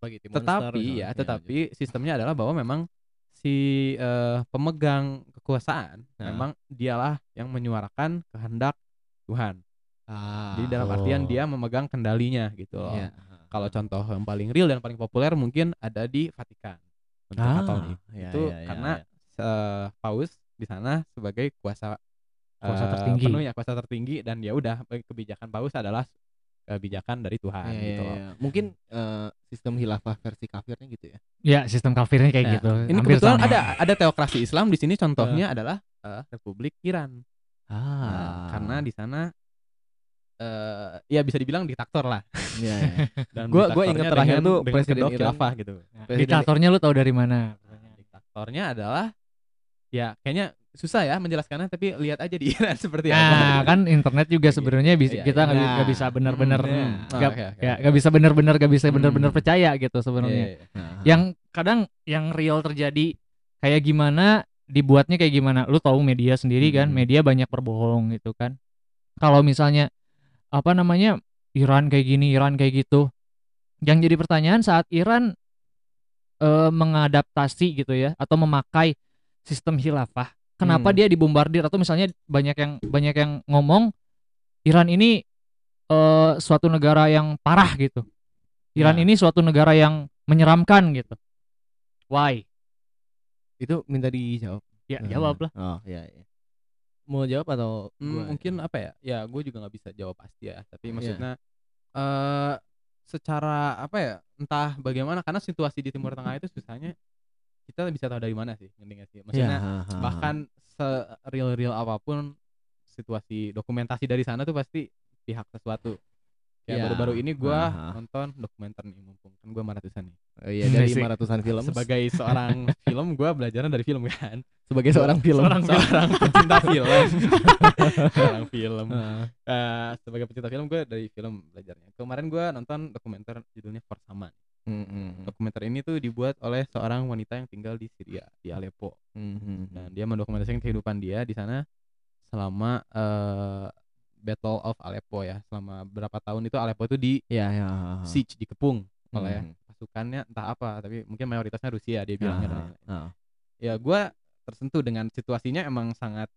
Tetapi sistemnya adalah bahwa memang si pemegang kekuasaan memang dialah yang menyuarakan kehendak Tuhan. Jadi dalam artian dia memegang kendalinya gitu loh. Kalau contoh yang paling real dan paling populer mungkin ada di Vatikan untuk Katolik. Itu karena Paus di sana sebagai kuasa Kuasa tertinggi. penuh ya, kuasa tertinggi, dan ya udah kebijakan Paus adalah kebijakan dari Tuhan Iya, gitu iya, loh. iya. Mungkin sistem khilafah versi kafirnya gitu ya. Ya, sistem kafirnya kayak Nah, gitu. ini Hampir kebetulan sama. ada teokrasi Islam di sini, contohnya adalah Republik Iran. Nah, karena di sana ya bisa dibilang diktator lah. Iya, iya. Dan Gua diktatornya ingat terakhir tuh dengan presiden kedok Iran. khilafah gitu. Nah, Presiden- diktatornya lu tahu dari mana? Diktatornya adalah ya kayaknya susah ya menjelaskannya, tapi lihat aja di Iran seperti Nah, apa. kan internet juga Kayak sebenarnya gitu. bisa Iya, kita iya. nggak bisa benar-benar Oke, oke. nggak bisa benar-benar percaya gitu sebenarnya. Iya, iya. Nah, Yang kadang yang real terjadi kayak gimana, dibuatnya kayak gimana. Lu tahu media sendiri kan, media banyak berbohong gitu kan. Kalau misalnya apa namanya Iran kayak gini, Iran kayak gitu. Yang jadi pertanyaan saat Iran mengadaptasi gitu ya atau memakai sistem khilafah, kenapa dia dibombardir, atau misalnya banyak yang ngomong Iran ini suatu negara yang parah gitu. Iran Nah. ini suatu negara yang menyeramkan gitu. Why? itu minta dijawab. Ya, jawab lah. Oh, iya, iya. Mau jawab atau gua? Mungkin apa ya? Ya, gue juga nggak bisa jawab pasti ya. Tapi Iya. maksudnya secara apa ya? Entah bagaimana, karena situasi di Timur Tengah itu susahnya kita bisa tahu dari mana sih, ngerti nggak sih? Maksudnya bahkan se-real apapun situasi dokumentasi dari sana tuh pasti pihak sesuatu. Kayak Iya. baru-baru ini gue Aha. nonton dokumenter nih, mumpung kan gue maratusan nih. Oh, iya, dari Asik. 500-an film. Sebagai seorang film, gue belajarnya dari film kan. Sebagai seorang film. Seorang pecinta film. Seorang film. Heeh. Sebagai pecinta film, gue dari film belajarnya. Kemarin gue nonton dokumenter judulnya Forsaman. Dokumenter ini tuh dibuat oleh seorang wanita yang tinggal di Syria, di Aleppo. Dan dia mendokumentasikan kehidupan dia di sana selama Battle of Aleppo ya. Selama berapa tahun itu Aleppo itu di Iya, iya. siege, dikepung oleh pasukannya entah apa, tapi mungkin mayoritasnya Rusia dia bilangnya. dan lain-lain. Ya gue tersentuh dengan situasinya, emang sangat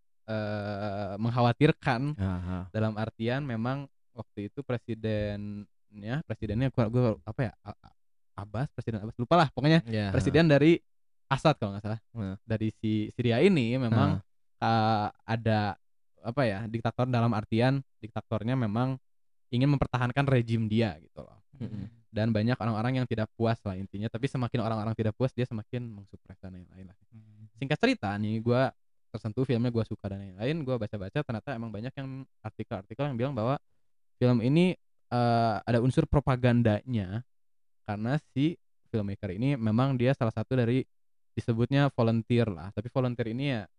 mengkhawatirkan. Dalam artian memang waktu itu presidennya gue apa ya, Presiden Abbas, lupa lah pokoknya. Iya. Presiden dari Assad kalau nggak salah. Dari si Syria ini memang ada apa ya, diktator, dalam artian diktatornya memang ingin mempertahankan rejim dia gitu loh. Dan banyak orang-orang yang tidak puas lah intinya, tapi semakin orang-orang tidak puas dia semakin mengsupres dan lain-lain lah. Singkat cerita nih, gue tersentuh filmnya, gue suka dan lain-lain. Gue baca-baca, ternyata emang banyak yang artikel-artikel yang bilang bahwa film ini ada unsur propagandanya, karena si filmmaker ini memang dia salah satu dari, disebutnya volunteer lah, tapi volunteer ini ya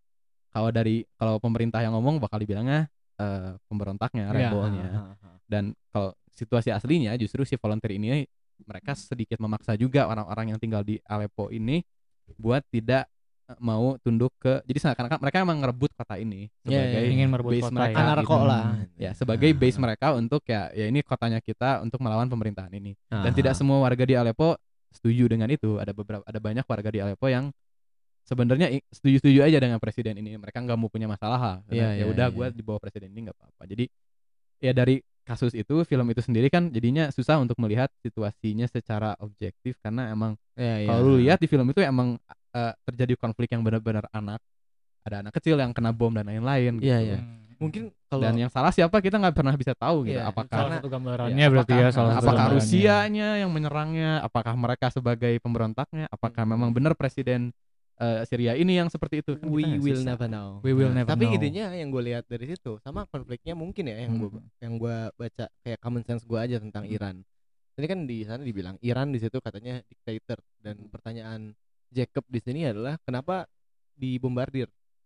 kalau pemerintah yang ngomong bakal dibilangnya pemberontaknya, rebelnya. Dan kalau situasi aslinya justru si volunteer ini mereka sedikit memaksa juga orang-orang yang tinggal di Aleppo ini buat tidak mau tunduk ke, jadi seakan-akan mereka emang ngerebut kota ini sebagai ingin merebut base kota mereka ya. Anarko gitu. lah. Ya, sebagai base mereka untuk ya ini kotanya kita untuk melawan pemerintahan ini. Dan tidak semua warga di Aleppo setuju dengan itu. Ada banyak warga di Aleppo yang sebenarnya setuju aja dengan presiden ini. Mereka nggak mau punya masalah lah. Ya udah, gue di bawah presiden ini nggak apa-apa. Jadi ya dari kasus itu, film itu sendiri kan jadinya susah untuk melihat situasinya secara objektif, karena emang kalau lu lihat di film itu emang terjadi konflik yang benar-benar ada anak kecil yang kena bom dan lain-lain gitu. Iya. Mungkin kalau Dan yang salah siapa kita nggak pernah bisa tahu gitu. Iya, Apakah Salah satu gambarannya berarti ya, salah satu apakah gambarannya. Rusianya yang menyerangnya, apakah mereka sebagai pemberontaknya, apakah memang benar presiden Syria ini yang seperti itu? Kan kita we nggak will bisa. never know. We will never Tapi know. intinya yang gue lihat dari situ sama konfliknya mungkin ya, yang gue baca kayak common sense gue aja tentang Iran. Ini kan di sana dibilang Iran, di situ katanya dictator, dan pertanyaan Jacob di sini adalah kenapa dibombardir.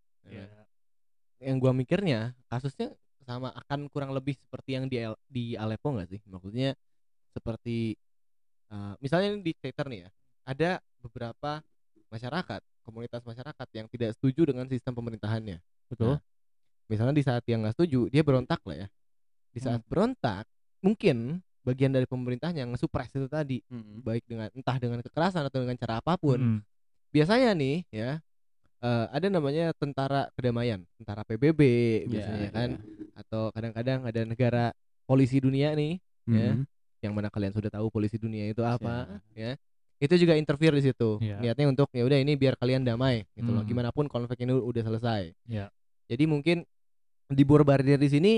Yang gue mikirnya kasusnya sama, akan kurang lebih seperti yang di Aleppo nggak sih? Maksudnya seperti misalnya dictator nih ya, ada beberapa masyarakat, komunitas masyarakat yang tidak setuju dengan sistem pemerintahannya. Betul. Nah, misalnya di saat yang nggak setuju, dia berontak lah ya. Di saat berontak, mungkin bagian dari pemerintahnya yang nge-suppress itu tadi, baik dengan entah dengan kekerasan atau dengan cara apapun. Biasanya nih ya, ada namanya tentara kedamaian, tentara PBB biasanya kan, atau kadang-kadang ada negara polisi dunia nih, ya, yang mana kalian sudah tahu polisi dunia itu apa, ya. Itu juga interfere di situ. Niatnya untuk ya udah ini biar kalian damai gitu loh. Gimana pun konflik ini udah selesai. Jadi mungkin dibombardir di sini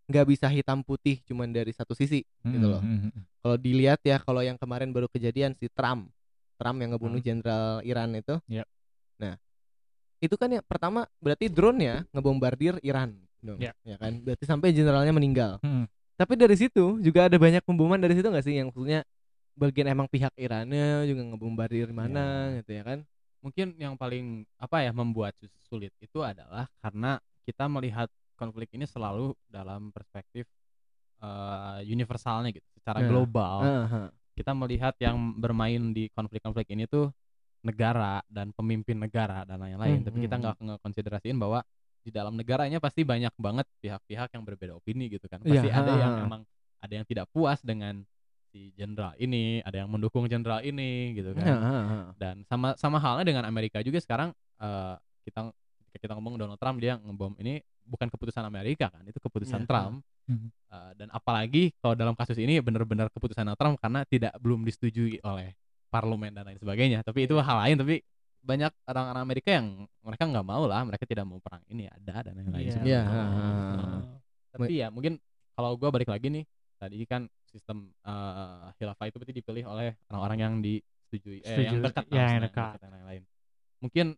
nggak bisa hitam putih cuman dari satu sisi gitu loh. Kalau dilihat ya, kalau yang kemarin baru kejadian si Trump yang ngebunuh jenderal Iran itu. Yep. Nah, itu kan yang pertama berarti drone ya ngebombardir Iran dong, Yep. ya kan? Berarti sampai jenderalnya meninggal. Tapi dari situ juga ada banyak pemboman dari situ nggak sih, yang maksudnya bagian emang pihak Irannya juga ngebombardir mana gitu ya kan? Mungkin yang paling membuat sulit itu adalah karena kita melihat konflik ini selalu dalam perspektif universalnya gitu, secara global. Kita melihat yang bermain di konflik-konflik ini tuh negara dan pemimpin negara dan lain-lain. Tapi kita nggak ngekonsiderasiin bahwa di dalam negaranya pasti banyak banget pihak-pihak yang berbeda opini gitu kan. Pasti ada yang emang ada yang tidak puas dengan si jenderal ini, ada yang mendukung jenderal ini gitu kan. Dan sama halnya dengan Amerika juga sekarang, ketika kita ngomong Donald Trump dia ngebom, ini bukan keputusan Amerika kan, itu keputusan Trump. Dan apalagi kalau dalam kasus ini benar-benar keputusan Trump karena belum disetujui oleh parlemen dan lain sebagainya. Tapi itu hal lain. Tapi banyak orang-orang Amerika yang mereka nggak mau lah, mereka tidak mau perang ini ada dan lain-lain. Tapi ya mungkin kalau gue balik lagi nih, tadi kan sistem khilafah itu berarti dipilih oleh orang-orang yang disetujui, yang dekat, yang dekat dan lain-lain. Mungkin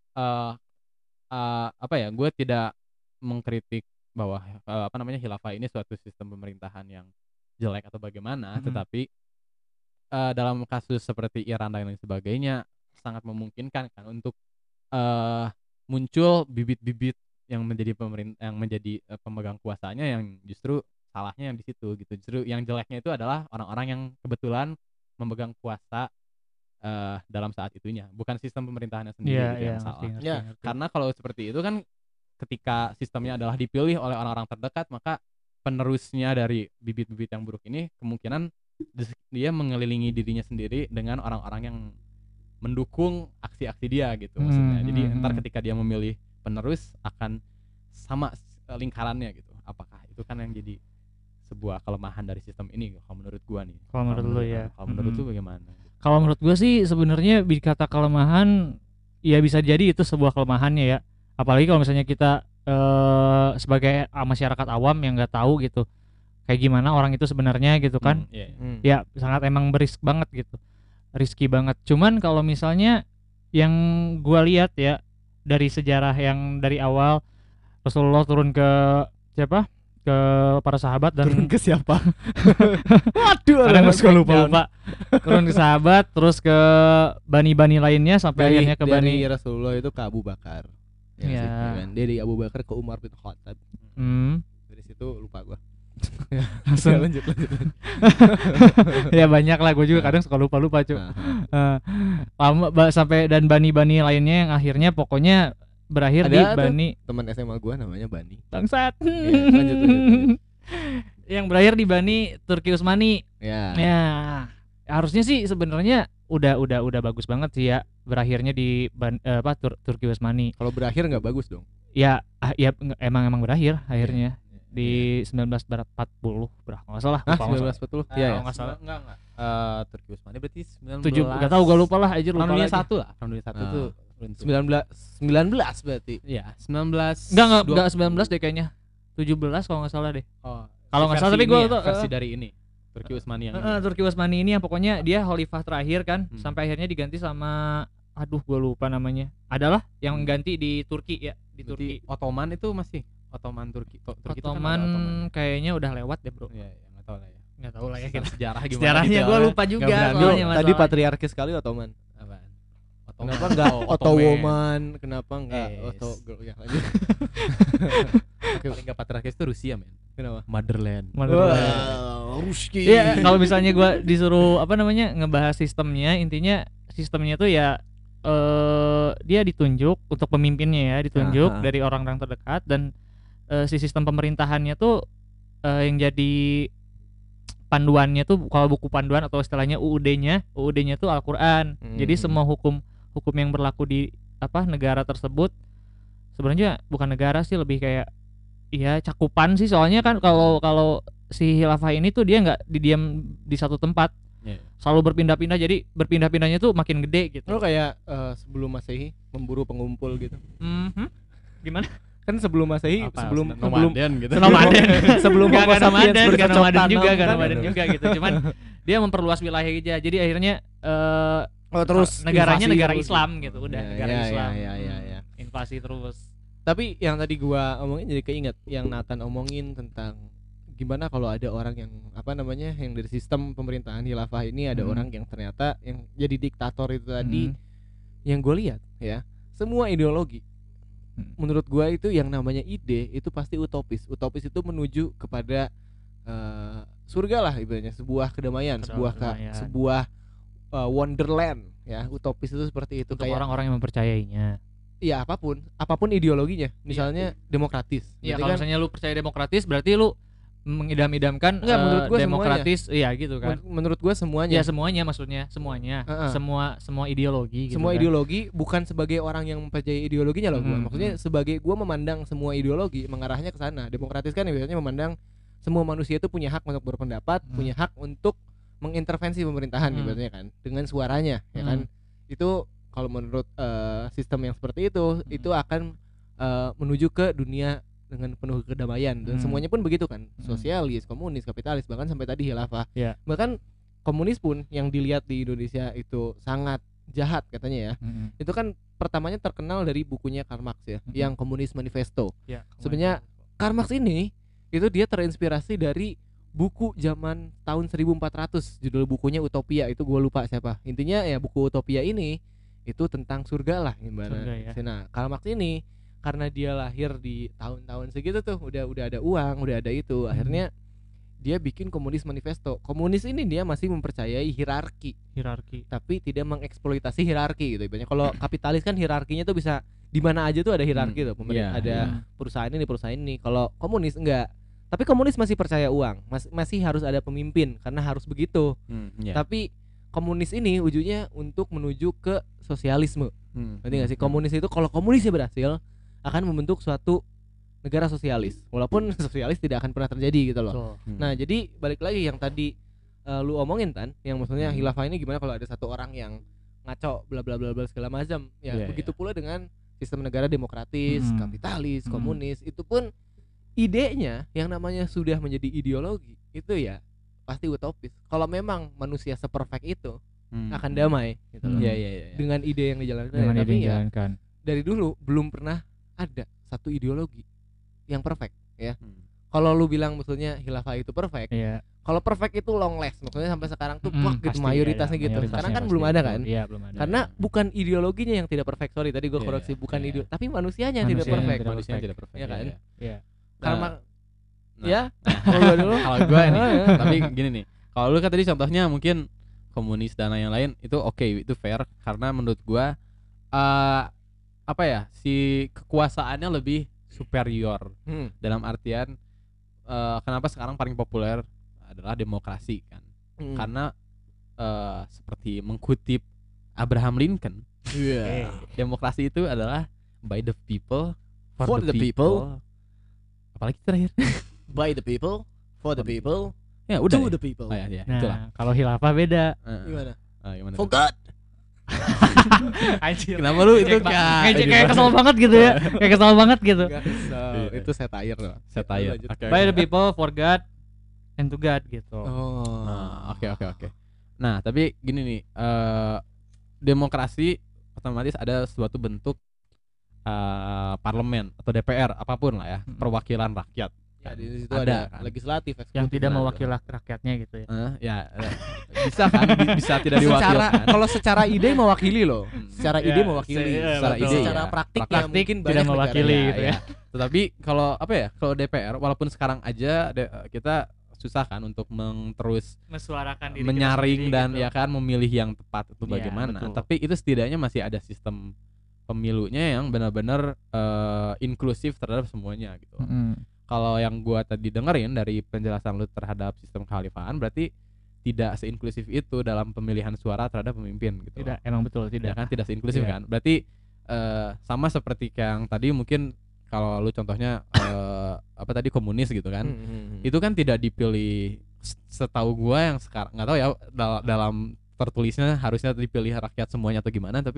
gue tidak mengkritik bahwa khilafah ini suatu sistem pemerintahan yang jelek atau bagaimana, tetapi dalam kasus seperti Iran dan lain sebagainya sangat memungkinkan kan untuk muncul bibit-bibit yang menjadi pemegang kuasanya yang justru salahnya yang di situ gitu. Justru yang jeleknya itu adalah orang-orang yang kebetulan memegang kuasa dalam saat itunya, bukan sistem pemerintahannya sendiri yang salah. Karena kalau seperti itu kan, ketika sistemnya adalah dipilih oleh orang-orang terdekat, maka penerusnya dari bibit-bibit yang buruk ini kemungkinan dia mengelilingi dirinya sendiri dengan orang-orang yang mendukung aksi-aksi dia gitu maksudnya. Jadi ntar ketika dia memilih penerus akan sama lingkarannya gitu. Apakah itu kan yang jadi sebuah kelemahan dari sistem ini kalau menurut gua nih. Kalau menurut lu ya. Kalau menurut lu bagaimana? Kalau menurut gua sih sebenarnya dikata kelemahan ya bisa jadi itu sebuah kelemahannya ya. Apalagi kalau misalnya kita sebagai masyarakat awam yang nggak tahu gitu kayak gimana orang itu sebenarnya gitu kan. Ya sangat emang berisk banget gitu, risky banget. Cuman kalau misalnya yang gua lihat ya dari sejarah yang dari awal Rasulullah turun ke siapa, ke para sahabat dan turun ke siapa? Waduh, kadang suka lupa. Turun ke sahabat, terus ke bani-bani lainnya sampai akhirnya ke dari Rasulullah itu ke Abu Bakar. Ya. Kan? Dari Abu Bakar ke Umar bin Khattab. Dari situ lupa gua. Langsung lanjut. Ya banyak lah, gue juga kadang suka lupa cuy. Sampai dan bani-bani lainnya yang akhirnya pokoknya berakhir di Bani. Teman SMA gua namanya Bani. Bangsat. Lanjut. Yang berakhir di Bani Turki Utsmani. Ya. Harusnya sih sebenarnya udah bagus banget sih ya berakhirnya di Turki Utsmani. Kalau berakhir nggak bagus dong. Ya emang berakhir akhirnya. Di 1940 berapa nggak salah, 1940 ya nggak salah, enggak Turki Utsmani berarti 7 nggak tahu, gue lupa lah aja, lupa lagi. Perang Dunia 1 itu 19 berarti ya 19 enggak 19 deh kayaknya, 17 kalau nggak salah deh. Kalau nggak salah, tapi gue versi dari ini Turki Utsmani yang Turki Utsmani ini yang pokoknya dia khalifah terakhir kan, sampai akhirnya diganti sama gue lupa namanya, adalah yang ganti di Turki ya, di Turki. Ottoman itu masih Ottoman Turki. Ottoman kayaknya udah lewat deh bro. Iya, nggak tahu lah ya. Nggak tahu lah ya kita. Sejarah gimana? Sejarahnya gue lupa juga. Tadi patriarki sekali Ottoman. Apaan? Kenapa enggak Ottoman? Kenapa enggak Otto girl ya lanjut. Paling enggak patriarki itu Rusia, men. Kenapa? Motherland. Ruski. Iya, kalau misalnya gue disuruh ngebahas sistemnya, intinya sistemnya tuh ya dia ditunjuk untuk pemimpinnya ya, ditunjuk dari orang-orang terdekat, dan si sistem pemerintahannya tuh yang jadi panduannya tuh, kalau buku panduan atau istilahnya UUD-nya tuh Al-Qur'an. Jadi semua hukum yang berlaku di negara tersebut, sebenarnya bukan negara sih, lebih kayak ya cakupan sih, soalnya kan kalau si khilafah ini tuh dia nggak didiam di satu tempat. Selalu berpindah-pindah, jadi berpindah-pindahnya tuh makin gede gitu. Lo kayak sebelum Masehi memburu pengumpul gitu. Gimana? Kan sebelum Masehi, Apa, sebelum nomaden gitu. Nomaden. sebelum Nggak Homo sapiens nomaden, nggak bercocok nomaden tanam, juga, nggak kan? nomaden juga gitu. Cuman dia memperluas wilayah aja. Jadi akhirnya Oh, terus negaranya invasi negara terus. Islam gitu, udah Ya, negara ya, Islam. ya, ya, ya. Invasi terus. Tapi yang tadi gua omongin jadi keinget yang Nathan omongin tentang gimana kalau ada orang yang apa namanya yang dari sistem pemerintahan khilafah ini ada orang yang ternyata yang jadi diktator itu tadi. Yang gue lihat ya, semua ideologi menurut gua itu yang namanya ide itu pasti utopis. Utopis itu menuju kepada surga lah ibaratnya, sebuah kedamaian, sebuah wonderland ya. Utopis itu seperti itu, Untuk kayak orang-orang yang mempercayainya. ya apapun ideologinya, misalnya demokratis. Iya, Berarti kalau kan misalnya lu percaya demokratis berarti lu mengidam-idamkan Enggak, menurut gua demokratis, iya gitu kan. menurut gua semuanya Ya semuanya maksudnya, semuanya. Semua ideologi gitu semua kan. ideologi bukan sebagai orang yang mempercayai ideologinya loh gua. Maksudnya sebagai gua memandang semua ideologi mengarahnya ke sana. Demokratis kan biasanya memandang semua manusia itu punya hak untuk berpendapat, punya hak untuk mengintervensi pemerintahan ibaratnya kan dengan suaranya ya kan. Itu kalau menurut sistem yang seperti itu akan menuju ke dunia dengan penuh kedamaian dan semuanya pun begitu kan. Sosialis, komunis, kapitalis, bahkan sampai tadi khilafah. Bahkan komunis pun yang dilihat di Indonesia itu sangat jahat katanya ya. Itu kan pertamanya terkenal dari bukunya Karl Marx ya, yang Komunis Manifesto. Sebenarnya Karl Marx ini itu dia terinspirasi dari buku zaman tahun 1400, judul bukunya Utopia, itu gue lupa siapa. Intinya ya buku Utopia ini itu tentang surga lah gimana. Surga, ya. Nah, Karl Marx ini karena dia lahir di tahun-tahun segitu tuh udah ada uang, udah ada itu, akhirnya dia bikin Komunis Manifesto. Komunis ini dia masih mempercayai hierarki, tapi tidak mengeksploitasi hierarki gitu. Ibaratnya kalau kapitalis kan hierarkinya tuh bisa di mana aja tuh ada hierarki tuh, ada perusahaan ini. Kalau komunis enggak. Tapi komunis masih percaya uang, masih harus ada pemimpin karena harus begitu. Tapi komunis ini ujungnya untuk menuju ke sosialisme. Ngerti nggak sih? Komunis itu kalau komunisnya berhasil akan membentuk suatu negara sosialis, walaupun sosialis tidak akan pernah terjadi gitu loh. Nah jadi balik lagi yang tadi lu omongin kan, yang maksudnya khilafah ini gimana kalau ada satu orang yang ngaco bla bla bla bla segala macam ya. Begitu pula dengan sistem negara demokratis, kapitalis, komunis, itu pun idenya yang namanya sudah menjadi ideologi itu ya pasti utopis. Kalau memang manusia seperfect itu akan damai gitu loh. Dengan ide yang dijalankan. Tapi ya dari dulu belum pernah ada satu ideologi yang perfect ya. Kalau lu bilang maksudnya khilafah itu perfect, kalau perfect itu long last, maksudnya sampai sekarang tuh gitu mayoritasnya gitu. Sekarang kan belum ada kan? Belum ada. Karena bukan ideologinya yang tidak perfect. Sorry tadi gue koreksi, bukan ideologi, tapi manusianya yang tidak perfect. Manusianya tidak perfect. Ya kan? Iya. Karena ya, kalau gua dulu. Kalau gua nih, tapi gini nih. Kalau lu kan tadi contohnya mungkin komunis dan yang lain itu oke, itu fair karena menurut gua apa ya, si kekuasaannya lebih superior dalam artian kenapa sekarang paling populer adalah demokrasi kan. Karena seperti mengkutip Abraham Lincoln, demokrasi itu adalah by the people for the people. Apalagi terakhir by the people for the people ya udah to ya? the people. Ya, Nah, itulah. kalau khilafah beda. Gimana? Gimana? For God. Anjir. Kenapa lu itu kayak kesel banget gitu ya. Kayak kesel banget gitu. Enggak kesel. Itu satire loh. Satire. By the people for God and to God gitu. Oke. Nah, tapi gini nih, demokrasi otomatis ada suatu bentuk parlemen atau DPR apapun lah ya, perwakilan rakyat. Ya, di situ ada kan legislatif, yang tidak eksekutif. mewakili rakyatnya gitu ya. Bisa kan, bisa tidak diwakili kan? Kalau secara ide mewakili loh. Secara ide mewakili. Secara Tapi ide secara ya. praktik Praktik ya mungkin tidak banyak mewakili negara. gitu ya. Tetapi kalau apa ya, kalau DPR walaupun sekarang aja kita susah kan untuk terus Mensuarakan diri menyaring kita dan sendiri ya gitu. kan memilih yang tepat itu Iya, bagaimana. betul. Tapi itu setidaknya masih ada sistem pemilunya yang benar-benar inklusif terhadap semuanya gitu. Kalau yang gua tadi dengerin dari penjelasan lu terhadap sistem kekhalifahan berarti tidak seinklusif itu dalam pemilihan suara terhadap pemimpin gitu. Tidak, emang betul Ya tidak. kan tidak seinklusif Iya. kan. Berarti sama seperti yang tadi mungkin kalau lu contohnya apa tadi komunis gitu kan. Itu kan tidak dipilih setahu gua yang sekarang nggak tahu ya dalam tertulisnya harusnya dipilih rakyat semuanya atau gimana, tapi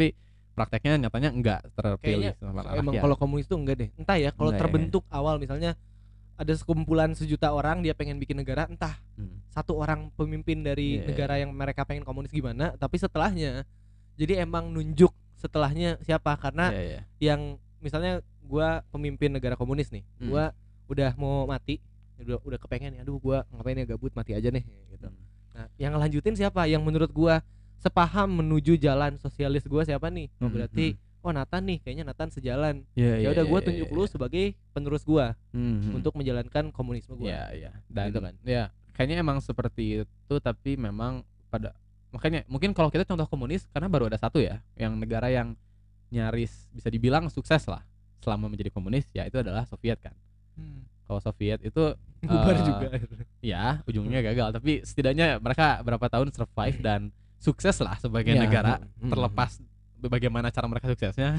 prakteknya nyatanya enggak terpilih Kayaknya sama emang rakyat. kalau komunis tuh enggak deh. Entah ya kalau Enggak ya, terbentuk awal misalnya ada sekumpulan sejuta orang dia pengen bikin negara, entah satu orang pemimpin dari Iya, negara yang mereka pengen komunis gimana, tapi setelahnya jadi emang nunjuk setelahnya siapa, karena Iya, iya. yang misalnya gua pemimpin negara komunis nih, gua udah mau mati, udah kepengen aduh gua ngapain ya gabut mati aja nih gitu. Nah, yang ngelanjutin siapa? Yang menurut gua sepaham menuju jalan sosialis gua siapa nih? Oh, berarti oh Nathan nih, kayaknya Nathan sejalan. Ya udah gua tunjuk lu sebagai penerus gua untuk menjalankan komunisme gua. Iya, iya. Dan Gitu kan. ya kayaknya emang seperti itu, tapi memang pada makanya mungkin kalau kita contoh komunis karena baru ada satu ya yang negara yang nyaris bisa dibilang sukses lah selama menjadi komunis, ya itu adalah Soviet kan. Kalau Soviet itu Bubar juga. ya ujungnya gagal, tapi setidaknya mereka berapa tahun survive dan sukses lah sebagai Ya. negara, terlepas bagaimana cara mereka suksesnya.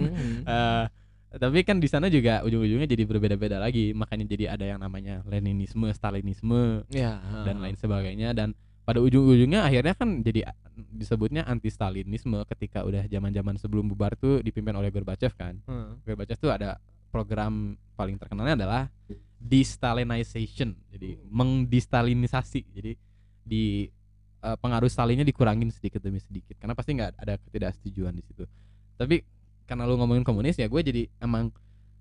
Tapi kan di sana juga ujung-ujungnya jadi berbeda-beda lagi, makanya jadi ada yang namanya Leninisme, Stalinisme Ya. dan lain sebagainya, dan pada ujung-ujungnya akhirnya kan jadi disebutnya anti Stalinisme ketika udah zaman-zaman sebelum bubar tuh dipimpin oleh Gorbachev kan. Gorbachev tuh ada program paling terkenalnya adalah de-Stalinization, jadi mengdestalinisasi, jadi di pengaruh Stalinnya dikurangin sedikit demi sedikit karena pasti nggak ada ketidaksetujuan di situ. Tapi karena lu ngomongin komunis ya gue jadi emang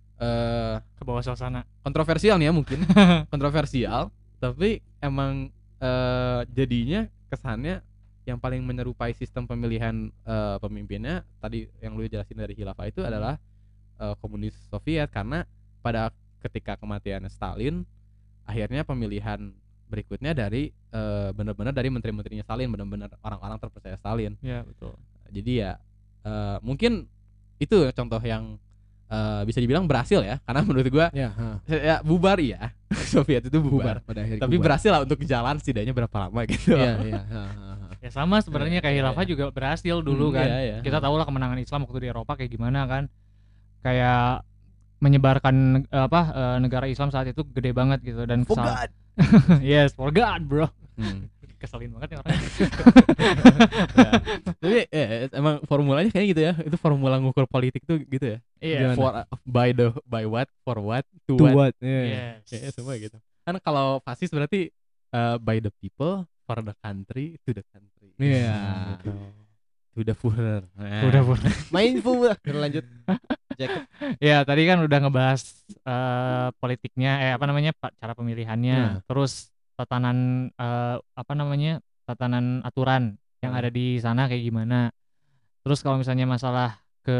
Ke bawah suasana. kontroversial nih ya mungkin kontroversial, tapi emang jadinya kesannya yang paling menyerupai sistem pemilihan pemimpinnya tadi yang lu jelasin dari khilafah itu adalah komunis Soviet, karena pada ketika kematian Stalin akhirnya pemilihan berikutnya dari benar-benar dari menteri-menterinya Stalin, benar-benar orang-orang terpercaya Stalin. Iya, betul. Jadi ya mungkin itu contoh yang bisa dibilang berhasil ya, karena menurut gua ya bubar ya Soviet itu bubar, pada akhirnya tapi bubar. berhasil lah untuk jalan setidaknya berapa lama gitu. Iya. Ya sama sebenarnya kayak khilafah juga berhasil dulu kan. Iya. Kita tahu lah kemenangan Islam waktu di Eropa kayak gimana kan. Kayak menyebarkan negara Islam saat itu gede banget gitu dan For God. Yes, for God, bro. Keselin banget nih orang. Ya. Tapi emang formulanya kayak gitu ya, itu formula ngukur politik tuh gitu ya. Iya. By what, for what, to To what. what? Yeah. Yes. Kayaknya semua gitu. Kan kalau fasis berarti by the people, for the country, to the country. Iya. Gitu. To the Führer. Udah, bro. Mindful lah. Lanjut. Jacob. Ya, tadi kan udah ngebahas politiknya, cara pemilihannya, terus tatanan tatanan aturan yang ada di sana kayak gimana. Terus kalau misalnya masalah ke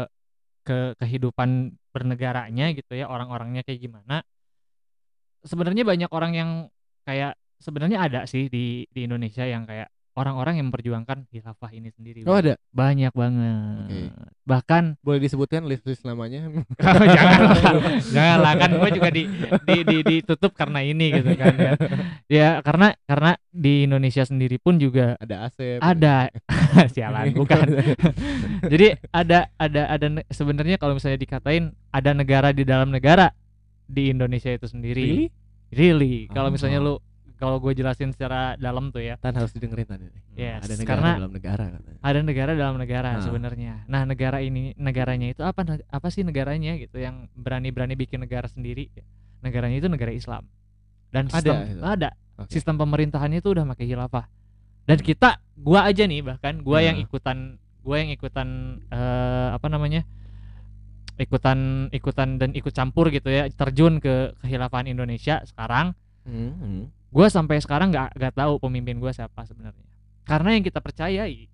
kehidupan bernegaranya gitu ya, orang-orangnya kayak gimana. Sebenarnya banyak orang yang kayak sebenarnya ada sih di Indonesia yang kayak orang-orang yang memperjuangkan khilafah ini sendiri. Oh, ada. Banyak banget. Oke. Bahkan Boleh disebutkan list namanya? janganlah kan gue juga ditutup karena ini gitu kan ya karena di Indonesia sendiri pun juga Ada Asep. ada sialan bukan jadi ada sebenarnya kalau misalnya dikatain ada negara di dalam negara di Indonesia itu sendiri really kalau misalnya kalau gue jelasin secara dalam tuh ya Tan harus didengerin tadi. Yes, Ada negara karena dalam negara katanya. ada negara dalam negara sebenarnya. Nah, negaranya itu apa sih negaranya gitu yang berani-berani bikin negara sendiri? Negaranya itu negara Islam. Dan ada. Okay. Sistem pemerintahannya itu udah pakai khilafah. Dan gua aja nih bahkan gua yang ikutan ikutan dan ikut campur gitu ya, terjun ke kehilafahan Indonesia sekarang. Gue sampai sekarang nggak tahu pemimpin gue siapa sebenarnya, karena yang kita percayai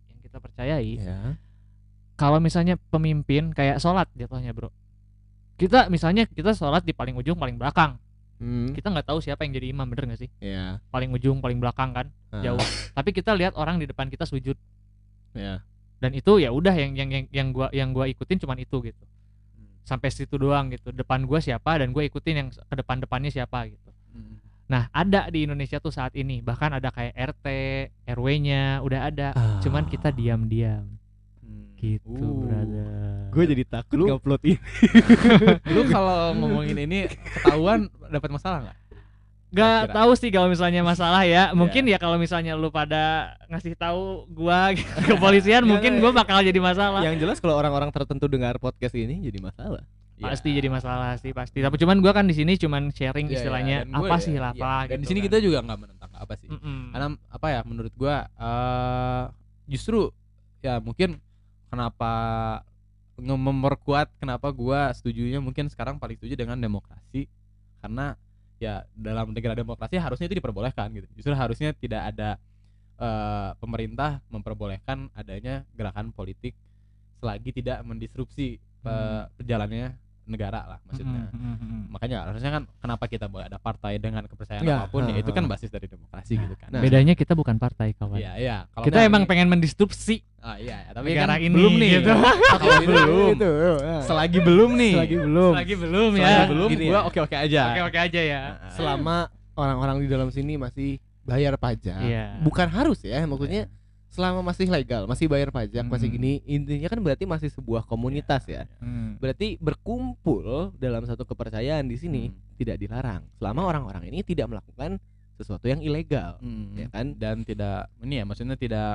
kalau misalnya pemimpin kayak sholat jatuhnya bro, kita sholat di paling ujung paling belakang, kita nggak tahu siapa yang jadi imam, bener nggak sih? Paling ujung paling belakang kan jauh, tapi kita lihat orang di depan kita sujud, dan itu ya udah yang gua ikutin cuman itu gitu, sampai situ doang gitu, depan gua siapa dan gue ikutin yang ke depannya siapa gitu. Nah, ada di Indonesia tuh saat ini, bahkan ada kayak RT, RW-nya udah ada, cuman kita diam-diam. Gitu, brother. Gue jadi takut ngupload ini. Lu kalau ngomongin ini ketahuan dapat masalah nggak? Gak kira-kira? tahu sih kalau misalnya masalah ya. Mungkin ya kalau misalnya lu pada ngasih tahu gua ke kepolisian, mungkin gua bakal jadi masalah. Yang jelas kalau orang-orang tertentu dengar podcast ini jadi masalah. Pasti jadi masalah sih pasti. Tapi cuman gua kan di sini cuman sharing Iya, istilahnya dan gua apa ya, sih iya. hilafah Dan gitu di sini kan. kita juga nggak menentang apa sih. Mm-mm. Karena apa ya menurut gua justru ya mungkin kenapa memperkuat kenapa gua setujunya mungkin sekarang paling setuju dengan demokrasi, karena ya dalam negara demokrasi harusnya itu diperbolehkan gitu. Justru harusnya tidak ada pemerintah memperbolehkan adanya gerakan politik selagi tidak mendisrupsi perjalanannya negara lah maksudnya. Makanya harusnya kan kenapa kita boleh ada partai dengan kepercayaan Ya, apapun ya itu kan basis dari demokrasi gitu kan. Bedanya kita bukan partai kawan. Iya iya. Kalau Kita enggak emang ini- pengen mendisrupsi iya tapi negara kan ini belum nih. gitu. Kalau belum. Itu. Selagi belum nih. Selagi belum. Lagi belum ya. Selagi belum Gini gua ya. oke-oke aja. Oke aja ya. Selama orang-orang di dalam sini masih bayar pajak. Iya. Bukan harus ya, maksudnya selama masih legal, masih bayar pajak, masih gini, intinya kan berarti masih sebuah komunitas ya. Berarti berkumpul dalam satu kepercayaan di sini tidak dilarang selama orang-orang ini tidak melakukan sesuatu yang ilegal, ya kan? Dan tidak ini ya maksudnya tidak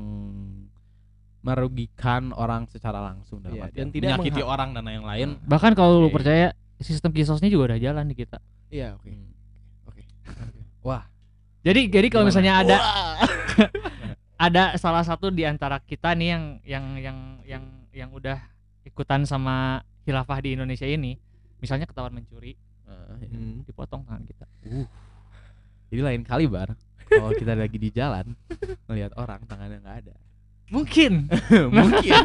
merugikan orang secara langsung dalam Iya, artian dan tidak menyakiti orang dan yang lain. Bahkan kalau lu Oke. percaya sistem kisosnya juga udah jalan di kita. Iya, oke. Oke. Wah, Jadi kalau Gimana? misalnya ada salah satu di antara kita nih yang udah ikutan sama khilafah di Indonesia ini, misalnya ketahuan mencuri, dipotong tangan kita. jadi lain kali Bar kalau kita lagi di jalan melihat orang tangannya nggak ada. Mungkin Mungkin.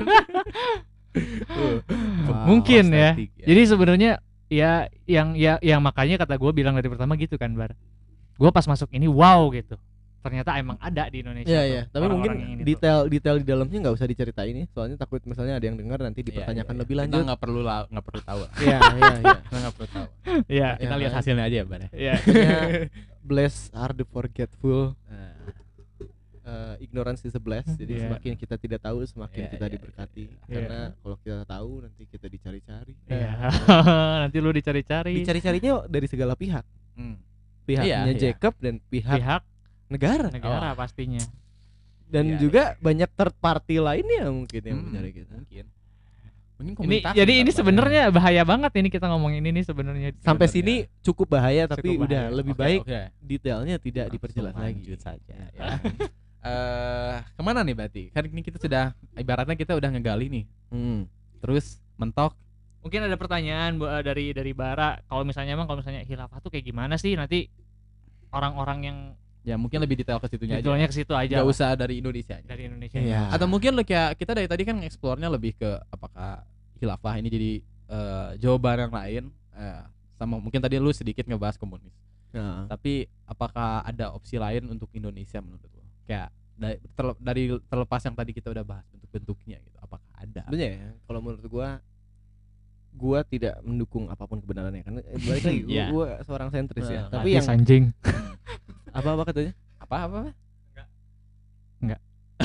mungkin ya. Estetik, Jadi sebenarnya ya yang makanya kata gue bilang dari pertama gitu kan, Bar. Gue pas masuk ini wow gitu. Ternyata emang ada di Indonesia. Iya tuh iya, tapi mungkin orang-orang yang ini tuh. detail di dalamnya nggak usah diceritain ya, soalnya takut misalnya ada yang dengar nanti dipertanyakan lebih Kita lanjut. nggak perlu tahu. Iya iya iya. Kita nggak perlu tahu. Iya. Kita Ya, lihat kan? hasilnya aja ya Bar. Iya. Maksudnya, blessed are the forgetful, Nah, ignorance is a bless. Jadi Iya. semakin kita tidak tahu semakin Iya, kita iya, diberkati. iya. Karena kalau kita tahu nanti kita dicari-cari. Iya. Nanti lu dicari-cari Dicari-carinya dari segala pihak. Pihaknya Iya, iya. Jacob dan pihak pihak negara. negara pastinya. Dan Iya, juga banyak third party lainnya mungkin yang mencari kita. Mungkin Ini komunitas jadi bentar, ini Bar. sebenarnya bahaya banget ini kita ngomongin ini sebenarnya. Sampai Sebenarnya. sini cukup bahaya tapi Cukup udah bahaya. lebih Oke, baik oke. detailnya tidak Langsung diperjelas lagi. lanjut saja ya. Kemana nih berarti? Kan ini kita sudah ibaratnya kita udah ngegali nih. Terus mentok. Mungkin ada pertanyaan dari Bara, kalau misalnya khilafah tuh kayak gimana sih nanti orang-orang yang Ya mungkin lebih detail ke situnya aja. detailnya ke situ aja Gak lah, usah dari Indonesia aja. dari Indonesia. Iya. Atau mungkin lo kayak kita dari tadi kan eksplornya lebih ke apakah khilafah ini jadi jawaban yang lain, sama mungkin tadi lu sedikit ngebahas komunis. Nah, Tapi apakah ada opsi lain untuk Indonesia menurut lo? Kayak dari terlepas yang tadi kita udah bahas bentuk-bentuknya gitu, apakah ada? sebenarnya ya, kalau menurut gua tidak mendukung apapun kebenarannya karena balik lagi Iya. gua seorang sentris ya. Nah, Tapi yang anjing. apa katanya? Apa? Enggak.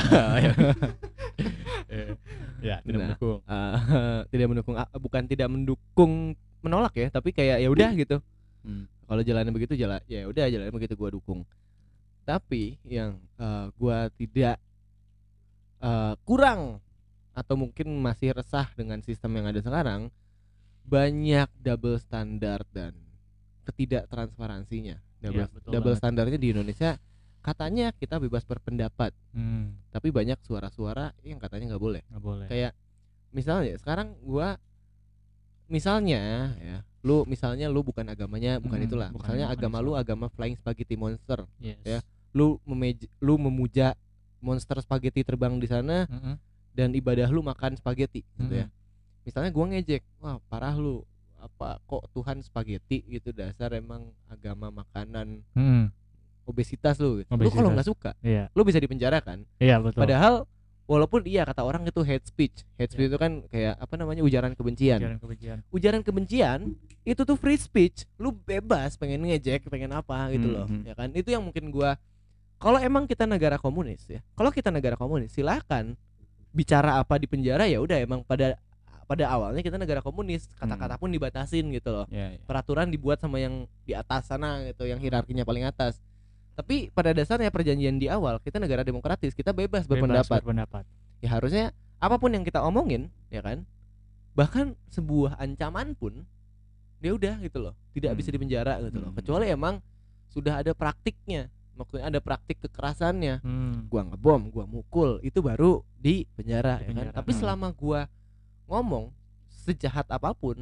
Ya, tidak Nah. mendukung. Tidak mendukung bukan tidak mendukung menolak ya, tapi kayak ya udah gitu. Kalau jalannya begitu ya udah jalannya begitu gua dukung. Tapi yang gua tidak kurang atau mungkin masih resah dengan sistem yang ada sekarang, banyak double standard dan ketidaktransparansinya. Iya, betul Double banget. standarnya di Indonesia katanya kita bebas berpendapat, tapi banyak suara-suara yang katanya nggak boleh. Nggak boleh. Kayak misalnya sekarang gua misalnya ya, lu bukan agamanya bukan itulah. bukan Misalnya bukan agama Islam. lu agama Flying Spaghetti Monster. Yes. Ya. Lu memuja monster spaghetti terbang di sana dan ibadah lu makan spaghetti gitu ya. Misalnya gua ngejek, wah parah lu, apa kok Tuhan spaghetti gitu, dasar emang agama makanan obesitas lu gitu. Lu kalau Obesitas. nggak suka, Iya. lu bisa dipenjara kan. Iya betul. Padahal walaupun iya kata orang itu hate speech Iya. itu kan kayak apa namanya ujaran kebencian. Ujaran kebencian. Ujaran kebencian itu tuh free speech, lu bebas pengen ngejek pengen apa gitu loh, ya kan. Itu yang mungkin gua, kalau emang kita negara komunis ya, kalau kita negara komunis silakan bicara apa di penjara, ya udah emang pada awalnya kita negara komunis, kata-kata pun dibatasin gitu loh. Ya, ya. Peraturan dibuat sama yang di atas sana gitu, yang hierarkinya paling atas. Tapi pada dasarnya perjanjian di awal kita negara demokratis, kita bebas berpendapat. Ya harusnya apapun yang kita omongin, ya kan? Bahkan sebuah ancaman pun dia udah gitu loh, tidak bisa dipenjara gitu loh. Kecuali emang sudah ada praktiknya. Maksudnya ada praktik kekerasannya. Gua ngebom, gua mukul, itu baru di penjara ya kan. Tapi selama gua ngomong sejahat apapun,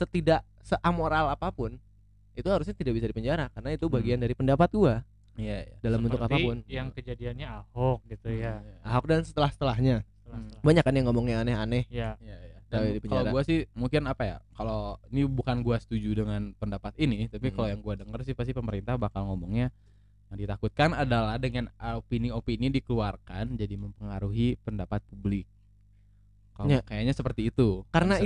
seamoral apapun, itu harusnya tidak bisa dipenjara karena itu bagian dari pendapat gua. Iya, Dalam bentuk apapun. Yang kejadiannya Ahok gitu ya. Ahok dan setelahnya. Banyak kan yang ngomongnya aneh-aneh. Iya. Dan kalau gue sih mungkin apa ya, kalau ini bukan gue setuju dengan pendapat ini, tapi kalau yang gue denger sih pasti pemerintah bakal ngomongnya yang ditakutkan adalah dengan opini-opini dikeluarkan jadi mempengaruhi pendapat publik. Kayaknya seperti itu. Karena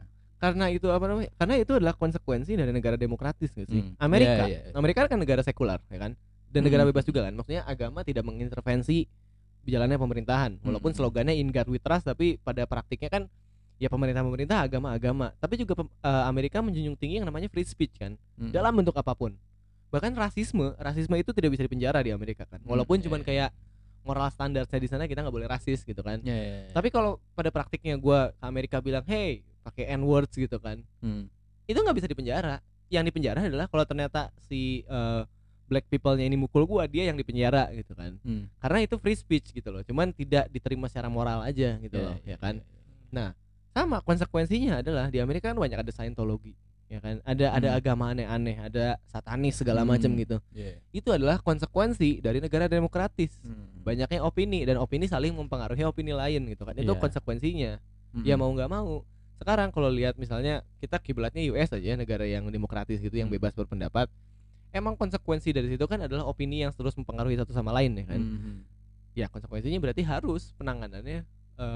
itu apa namanya? Karena itu adalah konsekuensi dari negara demokratis nggak sih? Amerika kan negara sekular ya kan, dan negara bebas juga kan. Maksudnya agama tidak mengintervensi jalannya pemerintahan. Walaupun slogannya In God We Trust, tapi pada praktiknya kan ya pemerintah agama. Tapi juga Amerika menjunjung tinggi yang namanya free speech kan, dalam bentuk apapun. Bahkan rasisme itu tidak bisa dipenjara di Amerika kan. Walaupun cuman kayak moral standar saya di sana kita nggak boleh rasis gitu kan. Tapi kalau pada praktiknya gue ke Amerika bilang hey pakai N-words gitu kan, itu nggak bisa dipenjara. Yang dipenjara adalah kalau ternyata si black people-nya ini mukul gue, dia yang dipenjara gitu kan. Karena itu free speech gitu loh. Cuman tidak diterima secara moral aja gitu loh, ya kan. Nah, sama konsekuensinya adalah di Amerika kan banyak ada Scientology, ya kan. Ada agama aneh-aneh, ada satanis segala macam gitu. Itu adalah konsekuensi dari negara demokratis. Banyaknya opini dan opini saling mempengaruhi opini lain gitu kan. Itu konsekuensinya. Ya mau nggak mau. Sekarang kalau lihat misalnya kita kiblatnya US aja, negara yang demokratis gitu, yang bebas berpendapat. Emang konsekuensi dari situ kan adalah opini yang terus mempengaruhi satu sama lain ya kan. Ya konsekuensinya berarti harus penanganannya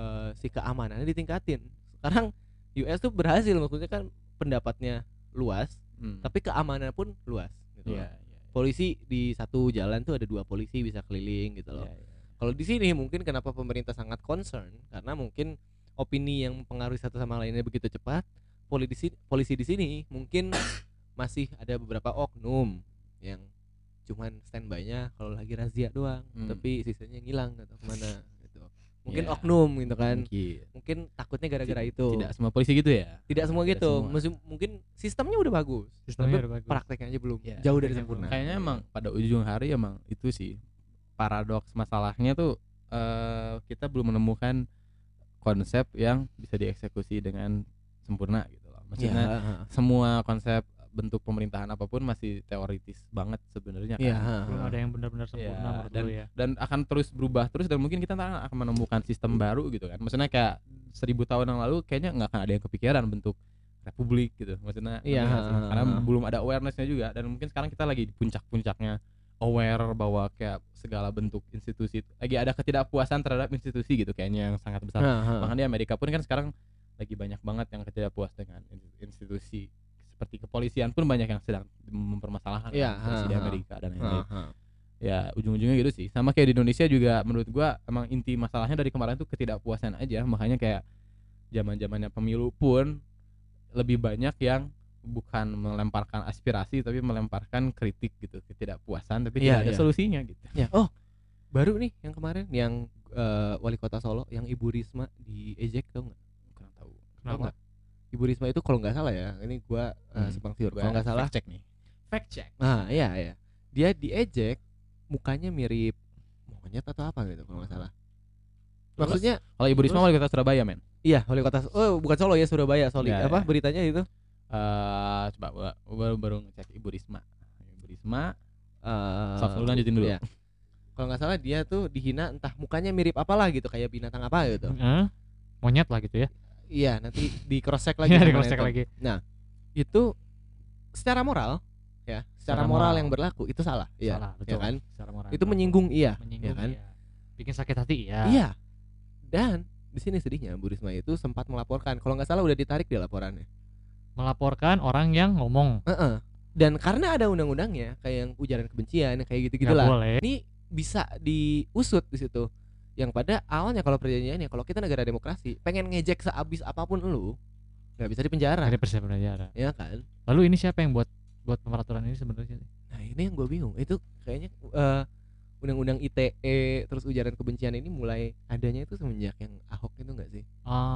si keamanannya ditingkatin. Sekarang US tuh berhasil, maksudnya kan pendapatnya luas, tapi keamanan pun luas gitu loh. Polisi di satu jalan tuh ada 2 polisi bisa keliling gitu loh. Kalau di sini mungkin kenapa pemerintah sangat concern karena mungkin opini yang mempengaruhi satu sama lainnya begitu cepat. Polisi di sini mungkin masih ada beberapa oknum yang cuman standby-nya kalau lagi razia doang, tapi sisanya ngilang atau kemana gitu. Mungkin oknum gitu kan. Mungkin takutnya gara-gara itu. Tidak semua polisi gitu ya. Tidak semua gitu. Mungkin sistemnya udah bagus. Prakteknya aja belum. Jauh dari sempurna. Kayaknya emang pada ujung hari emang itu sih paradoks masalahnya tuh, kita belum menemukan konsep yang bisa dieksekusi dengan sempurna gitu loh. Maksudnya semua konsep bentuk pemerintahan apapun masih teoritis banget sebenarnya kan. Belum ada yang benar-benar sempurna dan akan terus berubah terus, dan mungkin kita akan menemukan sistem baru gitu kan. Maksudnya kayak 1000 tahun yang lalu kayaknya nggak akan ada yang kepikiran bentuk republik gitu. Maksudnya karena belum ada awarenessnya juga, dan mungkin sekarang kita lagi di puncak-puncaknya aware bahwa kayak segala bentuk institusi lagi ada ketidakpuasan terhadap institusi gitu kayaknya yang sangat besar. Makanya di Amerika pun kan sekarang lagi banyak banget yang ketidakpuas dengan institusi. Seperti kepolisian pun banyak yang sedang mempermasalahkan polisi di Amerika dan lain-lain. Ya ujung-ujungnya gitu sih. Sama kayak di Indonesia juga menurut gua emang inti masalahnya dari kemarin tuh ketidakpuasan aja. Makanya kayak zaman-zamannya pemilu pun lebih banyak yang bukan melemparkan aspirasi tapi melemparkan kritik gitu, ketidakpuasan tapi tidak ada solusinya gitu. Oh, baru nih yang kemarin yang wali kota Solo yang Ibu Risma diejek, tau nggak? Kurang tahu. Kenapa? Ibu Risma itu kalau nggak salah ya, ini gua simpang siur, kalau nggak salah fact check. Nah iya dia diejek, mukanya mirip monyet atau apa gitu kalau nggak salah. Maksudnya kalau Ibu Risma wali kota Surabaya men. Iya wali kota, bukan Solo ya, Surabaya. Apa beritanya itu? Coba baru ngecek Ibu Risma. Lu lanjutin dulu. Iya. Kalau nggak salah dia tuh dihina, entah mukanya mirip apalah gitu, kayak binatang apa gitu. Monyet lah gitu ya. Iya, nanti di cross check lagi. Nah, itu secara moral ya, secara moral yang berlaku itu salah. Iya, ya kan? Itu menyinggung, ya kan? Bikin sakit hati, Iya. Dan di sini sedihnya Bu Risma itu sempat melaporkan, kalau nggak salah udah ditarik dia laporannya. Melaporkan orang yang ngomong. Dan karena ada undang-undangnya kayak yang ujaran kebencian kayak gitu-gitu lah. Ini bisa diusut di situ. Yang pada awalnya kalau perjanjiannya, kalau kita negara demokrasi, pengen ngejek seabis apapun lu, nggak bisa dipenjara, Ada persiapan penjara. ya kan? Lalu ini siapa yang buat peraturan ini sebenarnya? Nah ini yang gue bingung. Itu kayaknya undang-undang ITE terus ujaran kebencian ini mulai adanya itu semenjak yang Ahok itu nggak sih?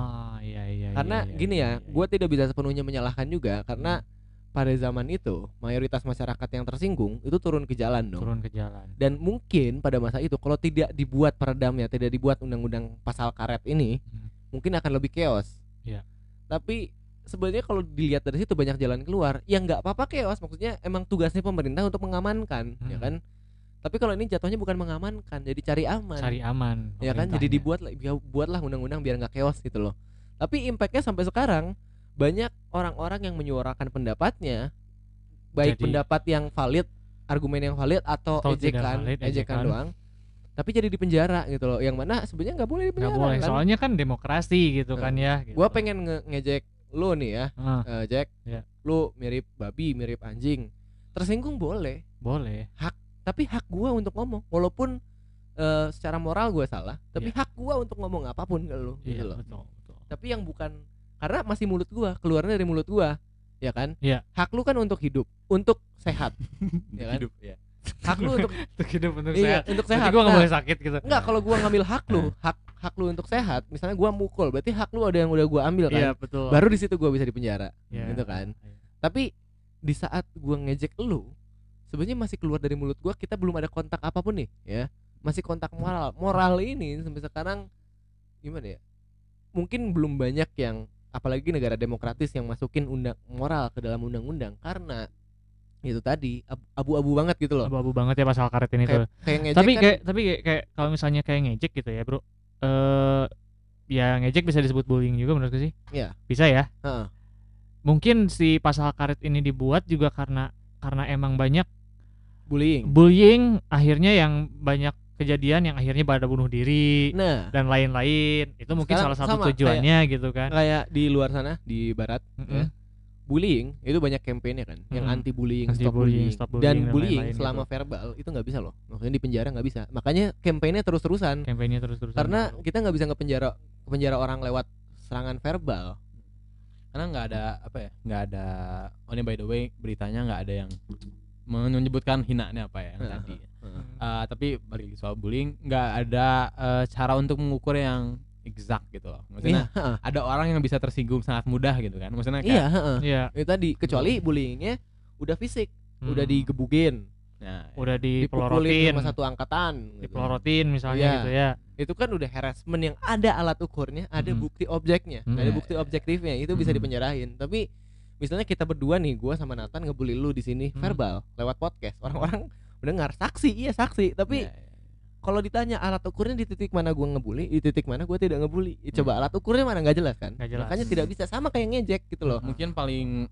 Iya. Karena gini ya, gue tidak bisa sepenuhnya menyalahkan juga karena pada zaman itu mayoritas masyarakat yang tersinggung itu turun ke jalan dong. turun ke jalan. Dan mungkin pada masa itu kalau tidak dibuat peredamnya, tidak dibuat undang-undang pasal karet ini, mungkin akan lebih chaos. Iya. Tapi sebenarnya kalau dilihat dari situ banyak jalan keluar. Ya nggak apa-apa chaos, maksudnya emang tugasnya pemerintah untuk mengamankan, ya kan? Tapi kalau ini jatuhnya bukan mengamankan, jadi cari aman. Cari aman. Ya kan, jadi pemerintahnya. buatlah undang-undang biar nggak chaos gitu loh. Tapi impactnya sampai sekarang banyak orang-orang yang menyuarakan pendapatnya, baik Jadi- pendapat yang valid, argumen yang valid atau tidak valid, ejekan doang, tapi jadi di penjara gitu loh. Yang mana sebenarnya nggak boleh di penjara. Nggak boleh. Kan? Soalnya kan demokrasi gitu kan ya. Gitu. Gua pengen ngejek lu nih ya, Jack, Iya. lu mirip babi, mirip anjing, tersinggung boleh. Boleh. Tapi hak gua untuk ngomong, walaupun secara moral gua salah, tapi hak gua untuk ngomong apapun ke lu gitu loh. Betul. Tapi yang bukan, karena masih mulut gua, keluarnya dari mulut gua, ya kan? Iya. Hak lu kan untuk hidup, untuk sehat, ya kan? Hidup ya. Hak lu untuk Untuk hidup untuk iya, sehat. untuk Berarti sehat. gue nggak Nah, boleh sakit gitu. enggak, kalau gua ngambil hak lu, hak lu untuk sehat, misalnya gua mukul, berarti hak lu ada yang udah gua ambil kan? Iya betul. Baru di situ gua bisa dipenjara, Iya. gitu kan? Iya. Tapi di saat gua ngejek lu, sebenarnya masih keluar dari mulut gua, kita belum ada kontak apapun nih, ya. Masih kontak moral ini sampai sekarang gimana ya? Mungkin belum banyak yang, apalagi negara demokratis, yang masukin moral ke dalam undang-undang karena itu tadi abu-abu banget gitu loh. Abu-abu banget ya pasal karet ini tuh. Kayak ngejek Tapi kan, kayak kalau misalnya kayak ngejek gitu ya, Bro. Ya ngejek bisa disebut bullying juga menurut gue sih. Iya. Bisa ya? Heeh. Mungkin si pasal karet ini dibuat juga karena emang banyak bullying. akhirnya yang banyak kejadian yang akhirnya pada bunuh diri Nah, dan lain-lain. Itu mungkin Sekarang salah satu sama, tujuannya gitu kan. kayak di luar sana, di barat, Mm-mm. ya, bullying itu banyak kampanye kan, yang Mm-mm. anti bullying, Anti-bullying, stop stop bullying, dan bullying, dan bullying lain-lain selama gitu. verbal itu nggak bisa loh, maksudnya di penjara nggak bisa, makanya kampanye terus-terusan. Kampanye terus-terusan. Karena kita nggak bisa ngepenjara orang lewat serangan verbal. Karena nggak ada nggak ada. Oh ini by the way beritanya nggak ada yang menyebutkan hinanya apa ya yang tadi. Tapi balik soal bullying nggak ada cara untuk mengukur yang exact gitu loh. Maksudnya Iya, ada orang yang bisa tersinggung sangat mudah gitu kan. Maksudnya iya, kayak Iya, itu tadi, kecuali bullyingnya udah fisik, udah Hmm. digebukin, nah, udah dipukulin dipelorotin, sama satu angkatan gitu. dipelorotin misalnya Iya. gitu ya. Itu kan udah harassment yang ada alat ukurnya, ada Hmm. bukti objeknya, Hmm. ada bukti objektifnya, itu bisa Hmm. dipenjarain. Tapi misalnya kita berdua nih, gua sama Nathan ngebully lu di sini verbal lewat podcast, orang-orang mendengar, saksi, tapi ya. kalau ditanya alat ukurnya di titik mana gua ngebully, di titik mana gua tidak ngebully, coba alat ukurnya mana, nggak jelas kan? Nggak jelas. Makanya tidak bisa, sama kayak ngejek gitu loh. Mungkin paling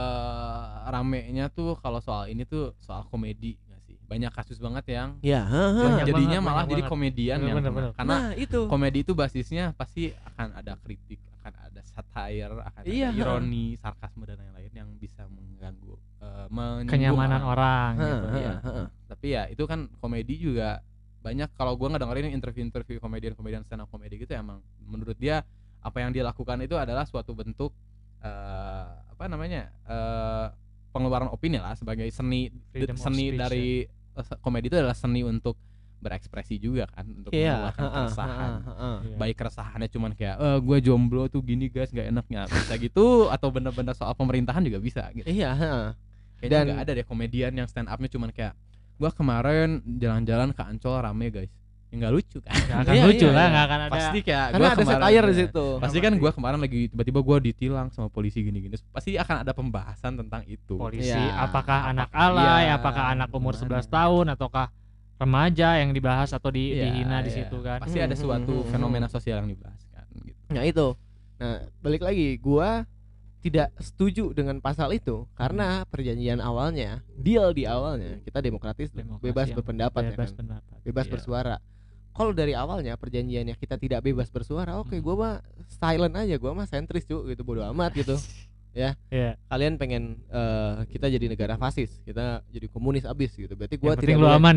ramenya tuh kalau soal ini tuh soal komedi nggak sih? Banyak kasus banget yang Ya, Banyak jadinya banget, malah banyak jadi banget. komedian yang Bener. karena nah itu. komedi itu basisnya pasti akan ada kritik, akan ada satire, akan Iya, ada ironi, sarkasme dan lain-lain yang bisa mengganggu menyinggung Kenyamanan orang gitu. Iya. Tapi ya itu kan komedi juga banyak. Kalau gua ngedengerin interview komedian stand up komedi gitu, emang menurut dia apa yang dia lakukan itu adalah suatu bentuk pengeluaran opini lah, sebagai seni Freedom of seni speech, dari komedi itu adalah seni untuk berekspresi juga kan, untuk Iya, mengeluarkan keresahan. Iya. Baik keresahannya cuman kayak gue jomblo tuh gini guys, nggak enaknya bisa gitu, atau bener-bener soal pemerintahan juga bisa gitu. Iya, Kayaknya Dan- nggak ada deh komedian yang stand upnya cuman kayak gua kemarin jalan-jalan ke Ancol rame guys, ya nggak lucu kan. Nggak akan Iya, lucu iya, lah, iya. nggak akan ada. Pasti kayak karena gua ada kemarin- satire di ya, situ. pasti kan gua kemarin lagi tiba-tiba gua ditilang sama polisi gini-gini, pasti akan ada pembahasan tentang itu. Polisi, Iya. apakah anak alay, iya, apakah anak umur gimana? 11 tahun ataukah remaja yang dibahas atau Iya, dihina di iya. situ kan. Pasti ada suatu Hmm. fenomena sosial yang dibahas kan gitu. Nah itu. Nah balik lagi, gua tidak setuju dengan pasal itu karena perjanjian awalnya, deal di awalnya kita demokratis, Demokrasi bebas yang berpendapat, ya bebas kan? pendapat. Bebas Iya. bersuara. Kalau dari awalnya perjanjiannya kita tidak bebas bersuara, oke, Hmm. gua mah silent aja, gua mah sentris cuy, gitu, bodo amat gitu. Iya. Kalian pengen kita jadi negara fasis, kita jadi komunis abis gitu. Berarti gua Yang tidak penting lu boleh, aman ya.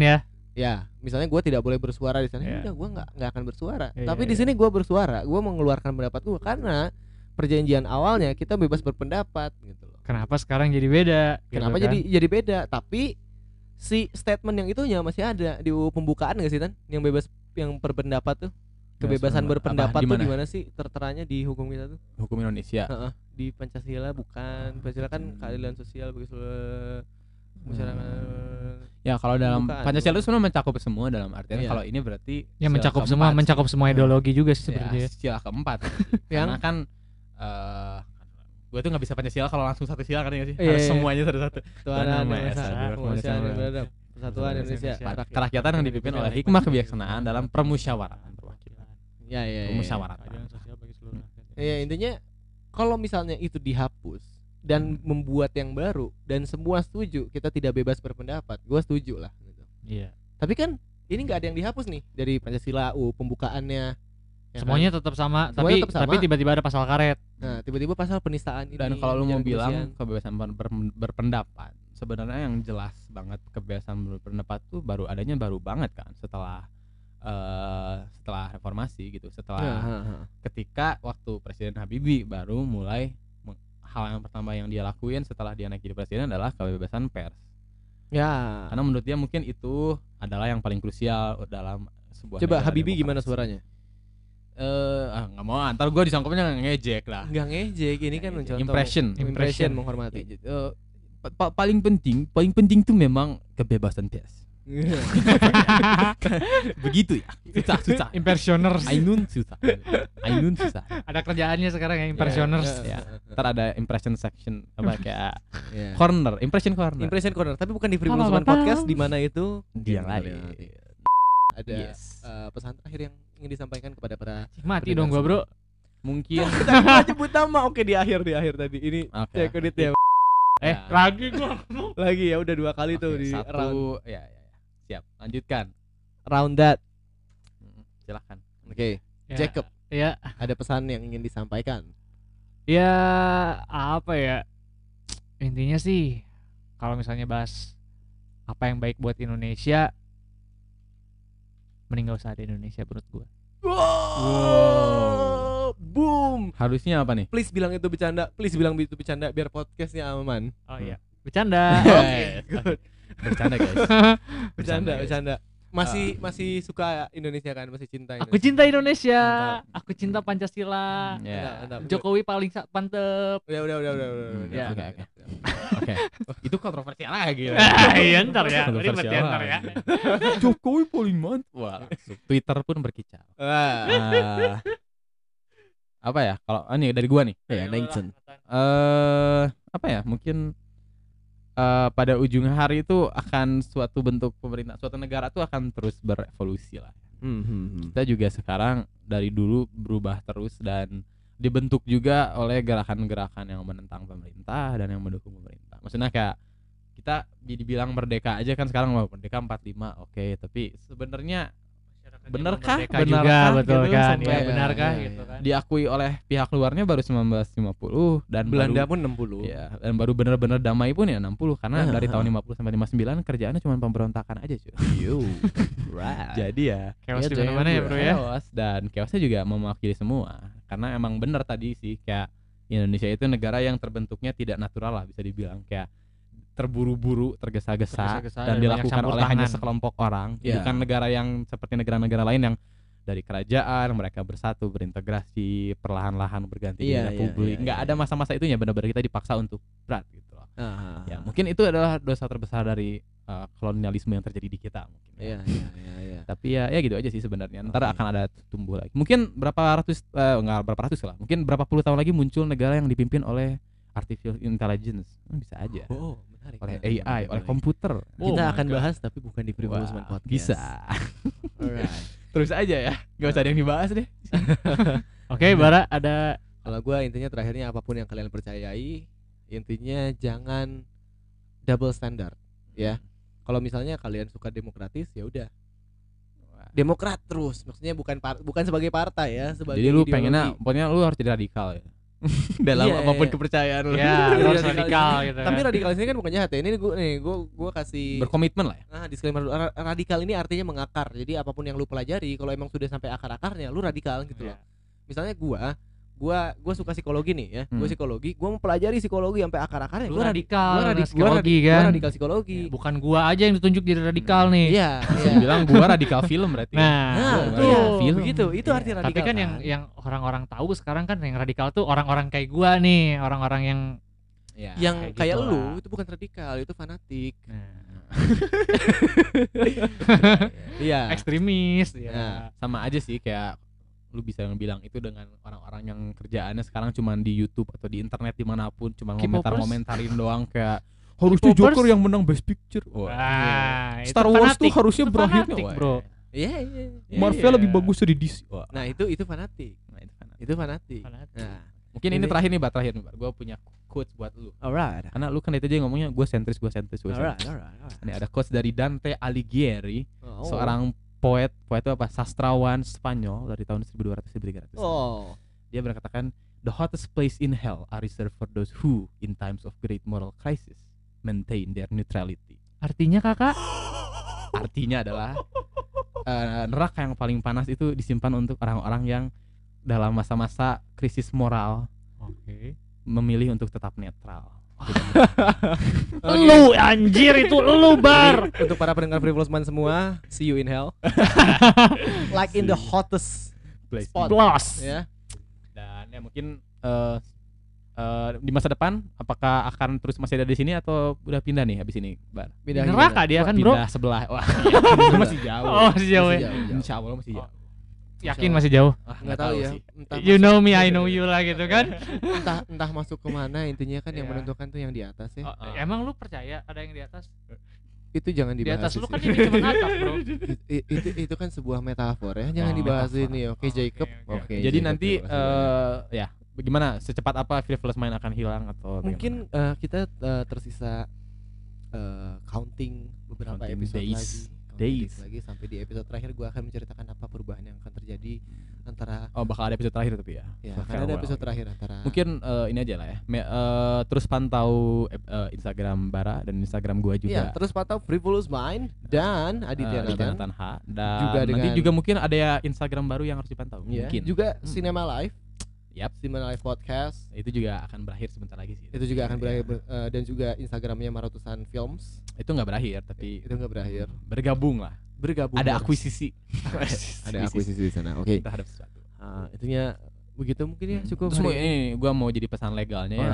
Ya, misalnya gue tidak boleh bersuara di sana, Iya. udah gue nggak akan bersuara. Iya, Tapi di iya. sini gue bersuara, gue mengeluarkan pendapat gue karena perjanjian awalnya kita bebas berpendapat gitu loh. Kenapa sekarang jadi beda? Kenapa gitu kan? jadi beda? Tapi si statement yang itunya masih ada di UU pembukaan nggak sih Tan? Yang bebas yang berpendapat tuh. Kebebasan berpendapat Apa, di tuh mana? gimana sih terteranya di hukum kita tuh? Hukum Indonesia. Heeh, di Pancasila bukan. Pancasila kan keadilan sosial bagi seluruh masyarakat. Ya kalau dalam Pembukaan, Pancasila itu pembukaan. sebenarnya mencakup semua dalam artian Iya. kalau ini berarti Ya sila mencakup keempat sih. semua ideologi juga sih Ya, sebenarnya. sila keempat. Yang- Karena kan gue tuh nggak bisa Pancasila kalau langsung satu sila kan ya sih. Iya, Harus iya. semuanya satu-satu. Ketuhanan Nama yang Esa, Esa, Dua, kemanusiaan yang Dua, beradab, persatuan Indonesia, Kerakyatan yang dipimpin oleh hikmah kebijaksanaan dalam permusyawaratan perwakilan. Ya, ya, ya. Permusyawaratan. Ya, intinya kalau misalnya itu dihapus dan membuat yang baru dan semua setuju kita tidak bebas berpendapat, gue setuju lah gitu. Iya. Tapi kan ini nggak ada yang dihapus nih dari Pancasila pembukaannya. Ya kan? Semuanya tetap sama, Semuanya tetap sama. tapi tiba-tiba ada pasal karet. Nah, tiba-tiba pasal penistaan ini. Dan kalau lu mau ujaran bilang kebencian. kebebasan berpendapat, sebenarnya yang jelas banget kebebasan berpendapat tuh baru banget kan setelah reformasi gitu, setelah Ya, ha, ha. ketika waktu Presiden Habibie baru mulai hal yang pertama yang dia lakuin setelah dia naik jadi presiden adalah kebebasan pers. Ya. Karena menurut dia mungkin itu adalah yang paling krusial dalam sebuah Coba negara Habibie gimana demokrasi. suaranya? Nggak mau, ntar gue disangkupnya ngejek lah. Enggak ngejek, ini kan mencontoh Impression. menghormati. Paling penting tuh memang kebebasan pers. Begitu ya. Susah. Impressioners. Ainun susah. Ada kerjaannya sekarang ya, impressioners. Ya. Ntar ada impression section apa kayak Ya. corner, impression corner. Impression corner, tapi bukan di Frivolous Man Podcast di mana itu Dia yang Oke, lain. nanti. Ada Yes. pesan terakhir yang ingin disampaikan kepada para Mati dong gua, Bro. Mungkin kita nggak nyebut nama. Oke, di akhir tadi ini oke. cek edit ya. Eh, Ya. lagi gua. Lagi ya udah 2 kali tuh Oke, di satu round ya. Siap, lanjutkan. that. Silakan. Oke, Ya, Jacob, Ya, ada pesan yang ingin disampaikan. ya apa ya? Intinya sih kalau misalnya bahas apa yang baik buat Indonesia, mending gak usah ada Indonesia menurut gua. Wow. Boom. Harusnya apa nih? Please bilang itu bercanda. Please bilang itu bercanda biar podcastnya aman. Oh iya. Bercanda. Oke, good. Bercanda guys. Bercanda, guys. bercanda. Masih suka Indonesia kan? Masih cinta Aku Indonesia. cinta Indonesia. Mantap. Aku cinta Pancasila. Ya. Mantap. Jokowi paling mantep. Udah. Ya. Oke. Oke. Itu kontroversial lagi. Iya ntar ya. Kontroversial Ribet ya ntar ya. Jokowi paling mantap. Wah, langsung Twitter pun berkicau. Wah. Apa ya? Kalau ini dari gua nih. Ya, Nengson. Apa ya? Mungkin pada ujung hari itu akan suatu bentuk pemerintah, suatu negara tuh akan terus berevolusi lah. Kita juga sekarang dari dulu berubah terus dan dibentuk juga oleh gerakan-gerakan yang menentang pemerintah dan yang mendukung pemerintah. Maksudnya kayak kita dibilang merdeka aja kan sekarang, merdeka 45, oke, tapi sebenarnya benarkah? Merdeka Benarkah juga betul gitu, kan? sampai Ya benarkah ya, gitu kan? diakui oleh pihak luarnya baru 1950 dan Belanda baru, pun 60. ya, dan baru benar-benar damai pun ya 60 karena Ya. dari tahun 50 sampai 59 kerjaannya cuma pemberontakan aja cuy. Right. Jadi ya Chaos Ya, di mana-mana ya, Bro ya. chaos, dan chaosnya juga mewakili semua karena emang benar tadi sih kayak Indonesia itu negara yang terbentuknya tidak natural lah, bisa dibilang kayak terburu-buru, tergesa-gesa Tergesa-gesa dan dan banyak dilakukan campur oleh hanya tangan. sekelompok orang. Ya. Bukan negara yang seperti negara-negara lain yang dari kerajaan mereka bersatu, berintegrasi, perlahan-lahan berganti Iya, jadi republik. iya, Nggak iya. ada masa-masa itunya, benar-benar kita dipaksa untuk berat gitu loh. Ah, Ya, mungkin itu adalah dosa terbesar dari kolonialisme yang terjadi di kita mungkin. Iya. Tapi ya gitu aja sih sebenarnya. Ntar Oke. akan ada tumbuh lagi. Mungkin berapa ratus enggak berapa ratus lah. Mungkin berapa puluh tahun lagi muncul negara yang dipimpin oleh artificial intelligence. Bisa aja. Oh, menarik. Oleh menarik, AI, oleh menarik. komputer. Kita Oh my akan God. bahas tapi bukan di Frivolous Man Wah, Podcast. bisa. Alright. Terus aja ya. Gak usah ada yang dibahas deh. Oke, Bara ada Kalau gue intinya terakhirnya apapun yang kalian percayai, intinya jangan double standard, ya. Kalau misalnya kalian suka demokratis, ya udah. Demokrat terus, maksudnya bukan sebagai partai ya, sebagai Jadi lu ideologi. pengennya pokoknya lu harus jadi radikal ya. dalam Iya, apapun iya. kepercayaan lu. Ya, lu harus Radikal. radikal gitu Tapi kan. radikal ini kan bukan jahat ya. Ini gue kasih Berkomitmen lah ya. disclaimer dulu. Radikal ini artinya mengakar. Jadi apapun yang lu pelajari, kalau emang sudah sampai akar-akarnya, lu radikal gitu loh. Ya. Misalnya gua suka psikologi nih ya. Gua Hmm. psikologi, gua mau pelajari psikologi sampai akar-akarnya. Lu Gua radikal, gua psikologi kan. Gua radikal psikologi. Ya, bukan gua aja yang ditunjuk jadi radikal nih. Iya, Bisa dibilang gua radikal film berarti. Nah, Nah, betul. iya, Film. begitu. Itu arti radikal. Tapi kan yang orang-orang tahu sekarang kan yang radikal tuh orang-orang kayak gua nih, orang-orang yang Ya. yang kayak kayak gitu lu lah. itu bukan radikal, itu fanatik. nah, Iya. ekstremis Nah. ya. Sama aja sih kayak lu bisa bilang itu dengan orang-orang yang kerjaannya sekarang cuman di YouTube atau di internet dimanapun cuma K-popers. komentarin doang kayak harusnya K-popers. Joker yang menang Best Picture. Wah. Wah, itu Star Wars tuh fanatik. harusnya Itu berakhirnya fanatik, wah. bro. Iya. Marvel Iya. lebih bagus dari DC. Wah. Nah, itu fanatik. Nah, itu fanatik. Itu fanatik. Fanatik. Nah, Mungkin ini Ini- terakhir nih, terakhir nih, Gue punya quotes buat lu. alright. Karena lu kan itu aja ngomongnya gue sentris. Alright. Ini ada quotes dari Dante Alighieri, Oh. seorang poet itu apa? Sastrawan Spanyol dari tahun 1200-1300. Oh. Dia berkatakan, "The hottest place in hell are reserved for those who, in times of great moral crisis, maintain their neutrality." Artinya kakak? Artinya adalah neraka yang paling panas itu disimpan untuk orang-orang yang dalam masa-masa krisis moral Oke. memilih untuk tetap netral. Lu anjir itu lu bar. Untuk para pendengar Frivolous Mind semua, see you in hell. Like in the hottest Place. spot. Plus. Ya. Dan ya mungkin di masa depan apakah akan terus masih ada di sini atau udah pindah nih habis ini, Bar? Pindah Neraka dia kan, bro. Pindah sebelah. Wah, masih jauh. Oh, masih jauh ya. Insya Allah masih jauh. Yakin masih jauh. Ah, Nggak tahu ya. sih. Entah You masuk- know me, I know you lah gitu kan. entah masuk kemana, intinya kan yang Iya. menentukan tuh yang di atas ya. Oh, emang lu percaya ada yang di atas? Itu jangan Di dibahas. atas lu sih. kan ini cuma atap, bro. itu kan sebuah metafor ya, jangan Oh, dibahas metafor. ini. Oke, Oh, Jacob. oke, oke. Oke. Jadi Jacob, nanti terima kasih banyak. ya bagaimana secepat apa Frivolous Mind akan hilang atau mungkin kita tersisa counting beberapa Counting episode days. lagi. Counting Days. lagi sampai di episode terakhir gua akan menceritakan apa perubahan yang akan terjadi antara bakal ada episode terakhir tapi ya. ya So, akan ada farewell. episode terakhir antara Mungkin ini aja lah ya. Terus pantau Instagram Bara dan Instagram gua Iya, juga. terus pantau Frivolous Mind dan Aditya Aditya Nathan. Nathan H. Dan Juga nanti dengan- juga mungkin ada ya Instagram baru yang harus dipantau. Iya, Mungkin. juga Cinema Live. Yap. Cinema Live Podcast. Itu juga akan berakhir sebentar lagi sih. Itu juga akan Iya. berakhir dan juga Instagramnya Maratusan Films. Itu nggak berakhir tapi Itu nggak berakhir. bergabung lah. Bergabung. Ada bareng. akuisisi. Ada akuisisi di sana. Oke. terhadap sesuatu. Itunya begitu mungkin ya cukup. Terus mau hari ini. ini gua mau jadi pesan legalnya ya.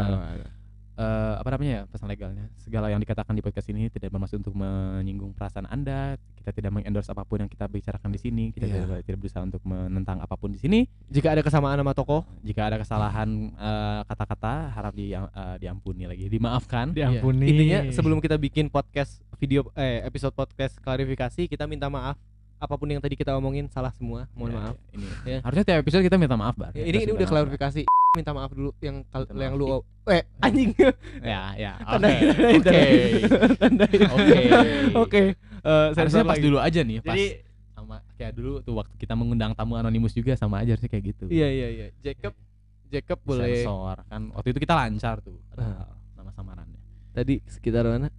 Apa namanya ya pesan legalnya, segala yang dikatakan di podcast ini tidak bermaksud untuk menyinggung perasaan Anda. Kita tidak mengendorse apapun yang kita bicarakan di sini. Kita Iya. tidak berusaha untuk menentang apapun di sini. Jika ada kesamaan sama tokoh, Jika ada kesalahan kata-kata harap diampuni lagi, dimaafkan. Diampuni. intinya sebelum kita bikin podcast episode podcast klarifikasi, kita minta maaf apapun yang tadi kita omongin salah semua. Mohon Ya, maaf. Ini Ya. harusnya tiap episode kita minta maaf, Bar. Ini Kita udah minta maaf, klarifikasi. Minta maaf dulu yang Minta yang maaf. lu anjing. Bar. Ya. Tandai, Oke. tandai, Oke. tandai. Oke. Oke. Harusnya Sensor pas lagi. dulu aja nih, pas Jadi sama kayak dulu tuh waktu kita mengundang tamu anonimus juga sama aja harusnya kayak gitu. Iya. Jacob boleh. Sensor kan waktu itu kita lancar tuh padahal nama samarannya. Tadi sekitar mana?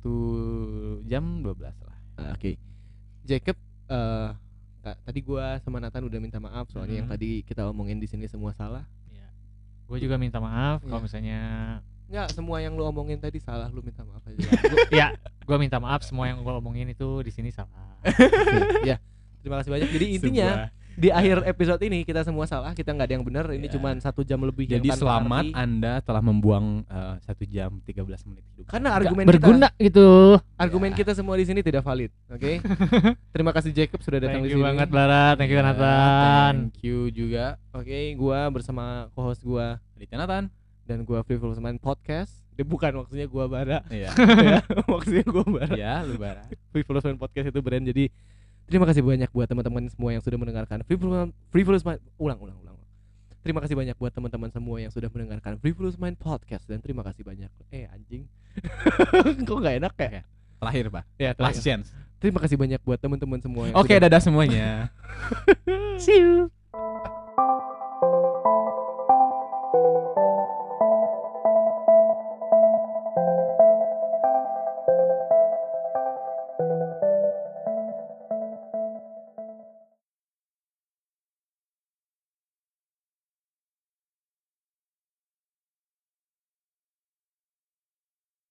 1 jam 12 lah. Oke. Jacob tadi gua sama Nathan udah minta maaf soalnya yang tadi kita omongin di sini semua salah. gue juga minta maaf Iya. kalau misalnya Enggak, semua yang lu omongin tadi salah, lu minta maaf aja. ya gue minta maaf semua yang gue omongin itu di sini salah. Ya, terima kasih banyak. Jadi intinya di akhir episode ini kita semua salah, kita nggak ada yang benar. Ini Ya. cuman 1 jam lebih. Jadi yang tanpa selamat arti. Anda telah membuang 1 jam 13 menit hidup. Karena Anda. argumen Berguna gitu. argumen Ya. kita semua di sini tidak valid. Oke. Terima kasih Jacob sudah datang Thank di you sini. banget Barat, thank you Ya, Nathan. Thank you juga Oke, gua bersama co-host gua Aditya Nathan. dan gua Frivolous Mind Podcast. Bukan maksudnya gua Bara. Iya. Ya, maksudnya gua Bara. Ya, lu Bara. Frivolous Mind Podcast itu brand. Jadi terima kasih banyak buat teman-teman semua yang sudah mendengarkan Frivolous Mind. Ulang. Terima kasih banyak buat teman-teman semua yang sudah mendengarkan Frivolous Mind Podcast dan terima kasih banyak. Anjing. Kok nggak enak ya? Terakhir, Pak. Ya, Last chance. terima kasih banyak buat teman-teman semua yang Oke, sudah dadah semuanya. See you.